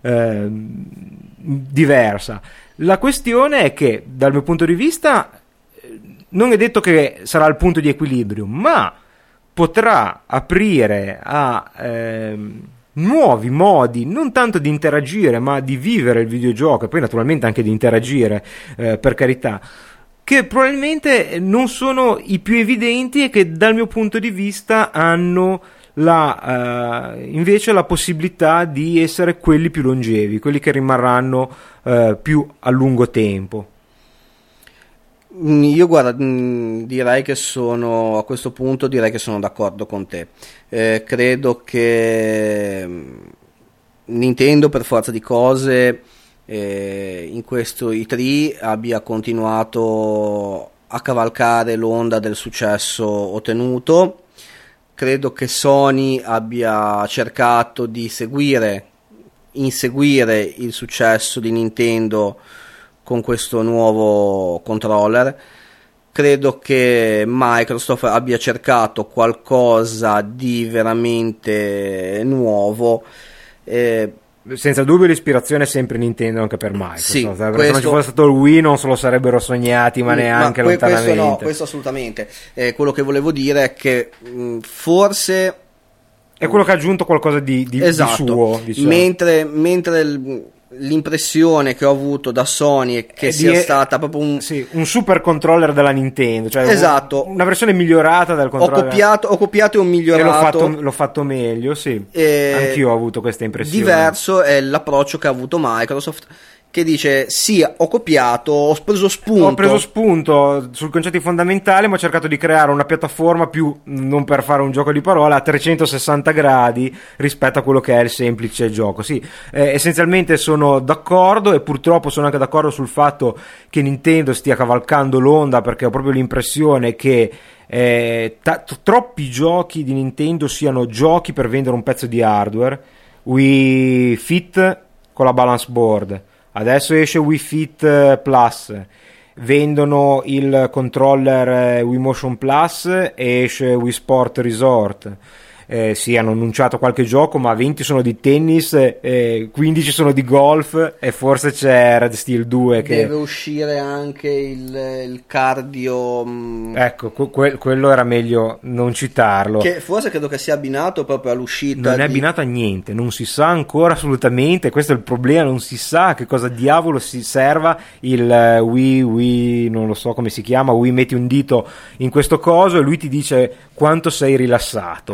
diversa. La questione è che dal mio punto di vista non è detto che sarà il punto di equilibrio, ma potrà aprire a nuovi modi, non tanto di interagire, ma di vivere il videogioco, e poi naturalmente anche di interagire, per carità, che probabilmente non sono i più evidenti e che dal mio punto di vista hanno invece la possibilità di essere quelli più longevi, quelli che rimarranno più a lungo tempo. Io guarda, direi che a questo punto direi che sono d'accordo con te. Credo che Nintendo, per forza di cose, in questo E3 abbia continuato a cavalcare l'onda del successo ottenuto. Credo che Sony abbia cercato di inseguire il successo di Nintendo con questo nuovo controller. Credo che Microsoft abbia cercato qualcosa di veramente nuovo. Senza dubbio l'ispirazione è sempre Nintendo anche per Microsoft. Sì, perché se non ci fosse stato il Wii non se lo sarebbero sognati, ma neanche lontanamente. Questo assolutamente. Quello che volevo dire è che forse è quello che ha aggiunto qualcosa di esatto, di suo, diciamo. mentre l'impressione che ho avuto da Sony è che sia stata proprio un super controller della Nintendo, cioè esatto, una versione migliorata del controller. Ho copiato e ho migliorato, l'ho fatto meglio, sì. Anch'io ho avuto questa impressione. Diverso è l'approccio che ha avuto Microsoft, che dice sì, ho copiato, ho preso spunto sul concetto fondamentale, ma ho cercato di creare una piattaforma più, non per fare un gioco di parole, a 360 gradi rispetto a quello che è il semplice gioco. Sì, essenzialmente sono d'accordo, e purtroppo sono anche d'accordo sul fatto che Nintendo stia cavalcando l'onda, perché ho proprio l'impressione che troppi giochi di Nintendo siano giochi per vendere un pezzo di hardware. Wii Fit con la balance board, adesso esce Wii Fit Plus, vendono il controller Wii Motion Plus e esce Wii Sport Resort. Sì, hanno annunciato qualche gioco, ma 20 sono di tennis, 15 sono di golf, e forse c'è Red Steel 2 che deve uscire anche il cardio. Ecco, quello era meglio non citarlo, che forse credo che sia abbinato proprio all'uscita. Non è abbinato a niente, non si sa ancora assolutamente, questo è il problema, non si sa che cosa diavolo si serva il Wii, non lo so come si chiama, Wii metti un dito in questo coso e lui ti dice quanto sei rilassato,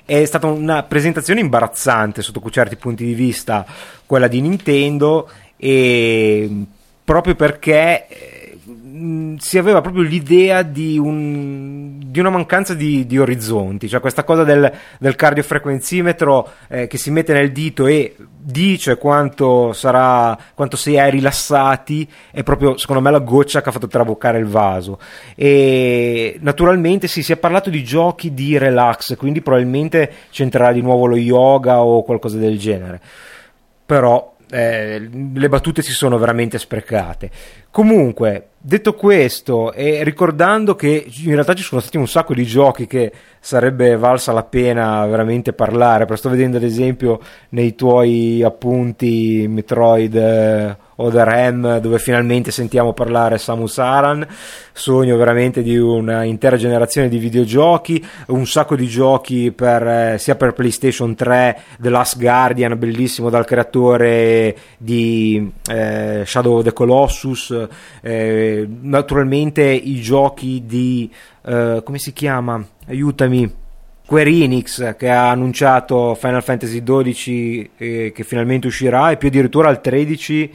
È stata una presentazione imbarazzante sotto certi punti di vista, quella di Nintendo, e proprio perché si aveva proprio l'idea di una mancanza di orizzonti, cioè questa cosa del cardiofrequenzimetro che si mette nel dito e dice quanto si è rilassati, è proprio secondo me la goccia che ha fatto traboccare il vaso. E naturalmente si è parlato di giochi di relax, quindi probabilmente c'entrerà di nuovo lo yoga o qualcosa del genere, però le battute si sono veramente sprecate. Comunque, detto questo, e ricordando che in realtà ci sono stati un sacco di giochi che sarebbe valsa la pena veramente parlare, perché sto vedendo ad esempio nei tuoi appunti Metroid Other M, dove finalmente sentiamo parlare Samus Aran. Sogno veramente di una intera generazione di videogiochi, un sacco di giochi sia per PlayStation 3, The Last Guardian, bellissimo, dal creatore di Shadow of the Colossus, naturalmente i giochi di come si chiama? Aiutami, Square Enix, che ha annunciato Final Fantasy XII che finalmente uscirà, e più addirittura al 13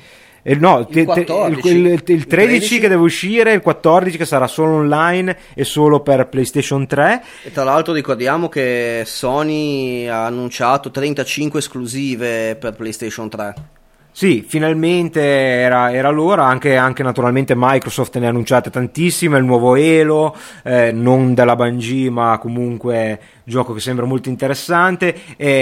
il 13 che deve uscire, il 14 che sarà solo online e solo per PlayStation 3. E tra l'altro ricordiamo che Sony ha annunciato 35 esclusive per PlayStation 3. Sì, finalmente era l'ora, anche naturalmente Microsoft ne ha annunciate tantissime, il nuovo Halo, non della Bungie ma comunque gioco che sembra molto interessante,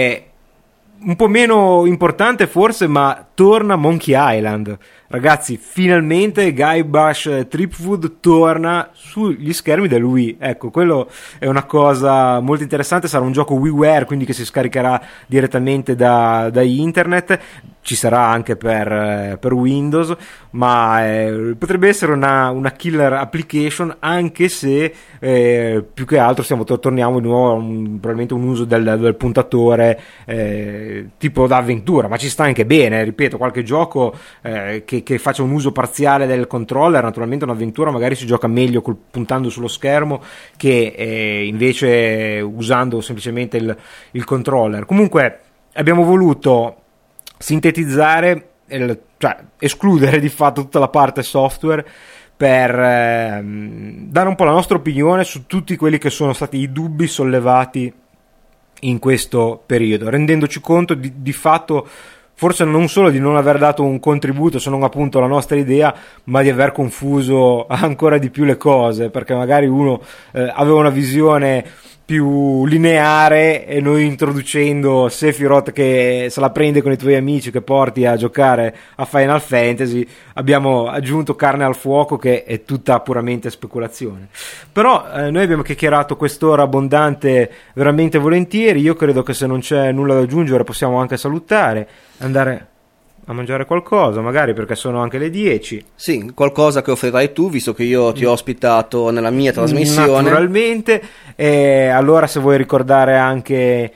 un po' meno importante forse, ma torna Monkey Island. Ragazzi, finalmente Guybrush Threepwood torna sugli schermi del Wii. Ecco, quello è una cosa molto interessante. Sarà un gioco WiiWare, quindi che si scaricherà direttamente da internet. Ci sarà anche per Windows, ma potrebbe essere una killer application, anche se più che altro torniamo di nuovo a probabilmente un uso del puntatore tipo da avventura, ma ci sta anche bene, ripeto, qualche gioco che faccia un uso parziale del controller. Naturalmente un'avventura magari si gioca meglio puntando sullo schermo che invece usando semplicemente il controller. Comunque abbiamo voluto sintetizzare, cioè escludere di fatto tutta la parte software per dare un po' la nostra opinione su tutti quelli che sono stati i dubbi sollevati in questo periodo, rendendoci conto di fatto forse non solo di non aver dato un contributo se non appunto la nostra idea, ma di aver confuso ancora di più le cose, perché magari uno aveva una visione più lineare e noi introducendo Sephiroth che se la prende con i tuoi amici che porti a giocare a Final Fantasy abbiamo aggiunto carne al fuoco che è tutta puramente speculazione. Però noi abbiamo chiacchierato quest'ora abbondante veramente volentieri. Io credo che se non c'è nulla da aggiungere possiamo anche salutare, andare a mangiare qualcosa magari, perché sono anche le 10. Sì, qualcosa che offrirai tu, visto che io ti ho ospitato nella mia trasmissione. Naturalmente. Allora, se vuoi ricordare anche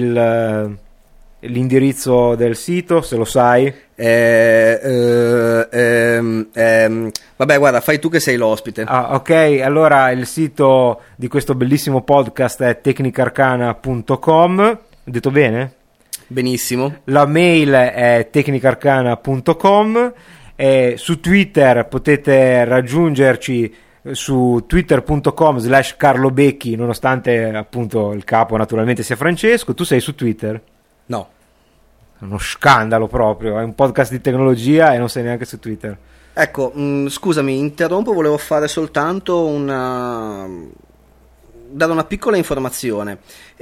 l'indirizzo del sito, se lo sai. Vabbè, guarda, fai tu che sei l'ospite. Ok, allora il sito di questo bellissimo podcast è tecnicarcana.com. Ho detto bene? Benissimo. La mail è tecnicarcana.com. Su Twitter potete raggiungerci su twitter.com/Carlo Becchi, nonostante appunto il capo naturalmente sia Francesco. Tu sei su Twitter? No. È uno scandalo proprio, è un podcast di tecnologia e non sei neanche su Twitter. Ecco, scusami, interrompo, volevo fare soltanto dare una piccola informazione.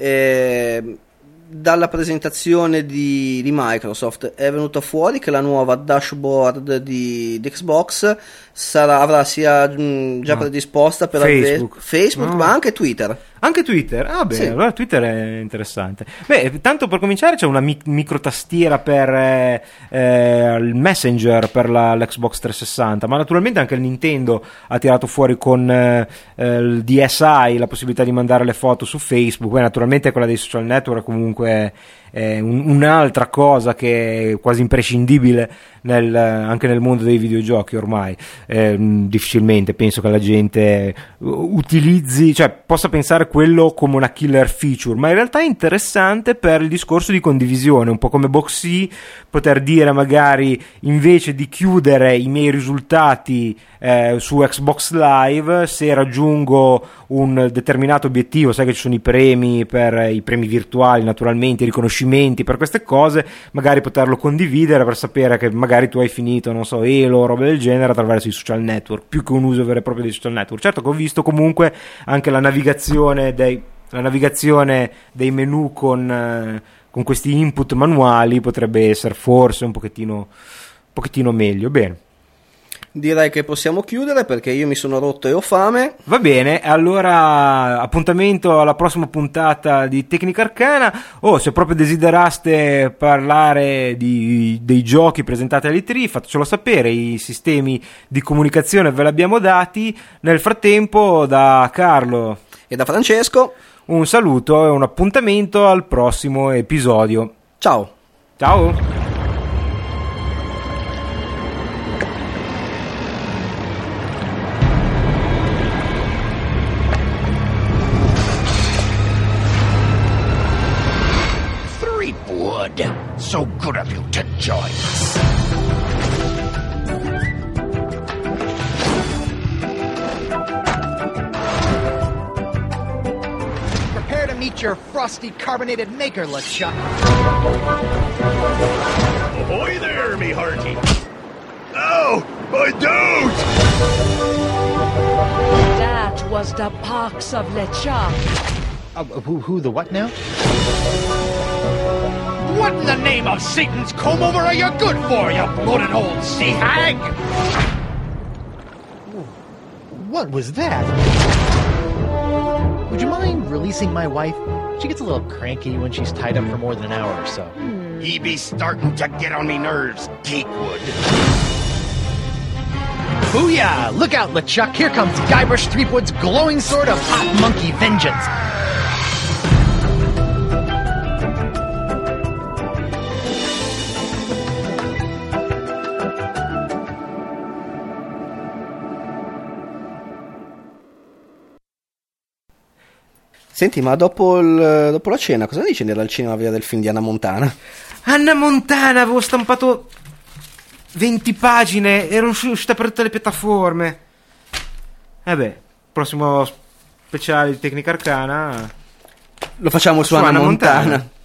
Dalla presentazione di Microsoft è venuto fuori che la nuova dashboard di Xbox avrà sia già predisposta per Facebook, ma anche Twitter. Anche Twitter? Ah beh, sì. Allora Twitter è interessante. Beh, tanto per cominciare c'è una microtastiera per il Messenger per l'Xbox 360, ma naturalmente anche il Nintendo ha tirato fuori con il DSi la possibilità di mandare le foto su Facebook. Beh, naturalmente quella dei social network comunque un'altra cosa che è quasi imprescindibile anche nel mondo dei videogiochi ormai. Difficilmente penso che la gente utilizzi, cioè possa pensare quello come una killer feature, ma in realtà è interessante per il discorso di condivisione, un po' come Boxy, poter dire magari invece di chiudere i miei risultati su Xbox Live, se raggiungo un determinato obiettivo, sai che ci sono i premi virtuali, naturalmente i riconoscimenti per queste cose, magari poterlo condividere per sapere che magari tu hai finito, non so, Elo, roba del genere, attraverso i social network, più che un uso vero e proprio dei social network. Certo che ho visto comunque anche la navigazione dei menu con questi input manuali potrebbe essere forse un pochettino meglio. Bene. Direi che possiamo chiudere perché io mi sono rotto e ho fame. Va bene, allora appuntamento alla prossima puntata di Tecnica Arcana. Se proprio desideraste parlare dei giochi presentati all'E3, fatecelo sapere, i sistemi di comunicazione ve li abbiamo dati. Nel frattempo, da Carlo E da Francesco un saluto e un appuntamento al prossimo episodio. ciao. Ciao! So good of you to join us. Prepare to meet your frosty carbonated maker, LeChuck. Ahoy there, me hearty. Oh, I don't! That was the pox of LeChuck. Who the what now? What in the name of Satan's comb over are you good for, you bloated old sea hag? What was that? Would you mind releasing my wife? She gets a little cranky when she's tied up for more than an hour or so. He be starting to get on me nerves, Geekwood. Booyah! Look out, LeChuck. Here comes Guybrush Threepwood's glowing sword of hot monkey vengeance. Senti, ma dopo la cena cosa dici di andare al cinema a vedere il film di Anna Montana? Anna Montana, avevo stampato 20 pagine, ero uscita per tutte le piattaforme. Prossimo speciale di Tecnica Arcana lo facciamo su Anna Montana.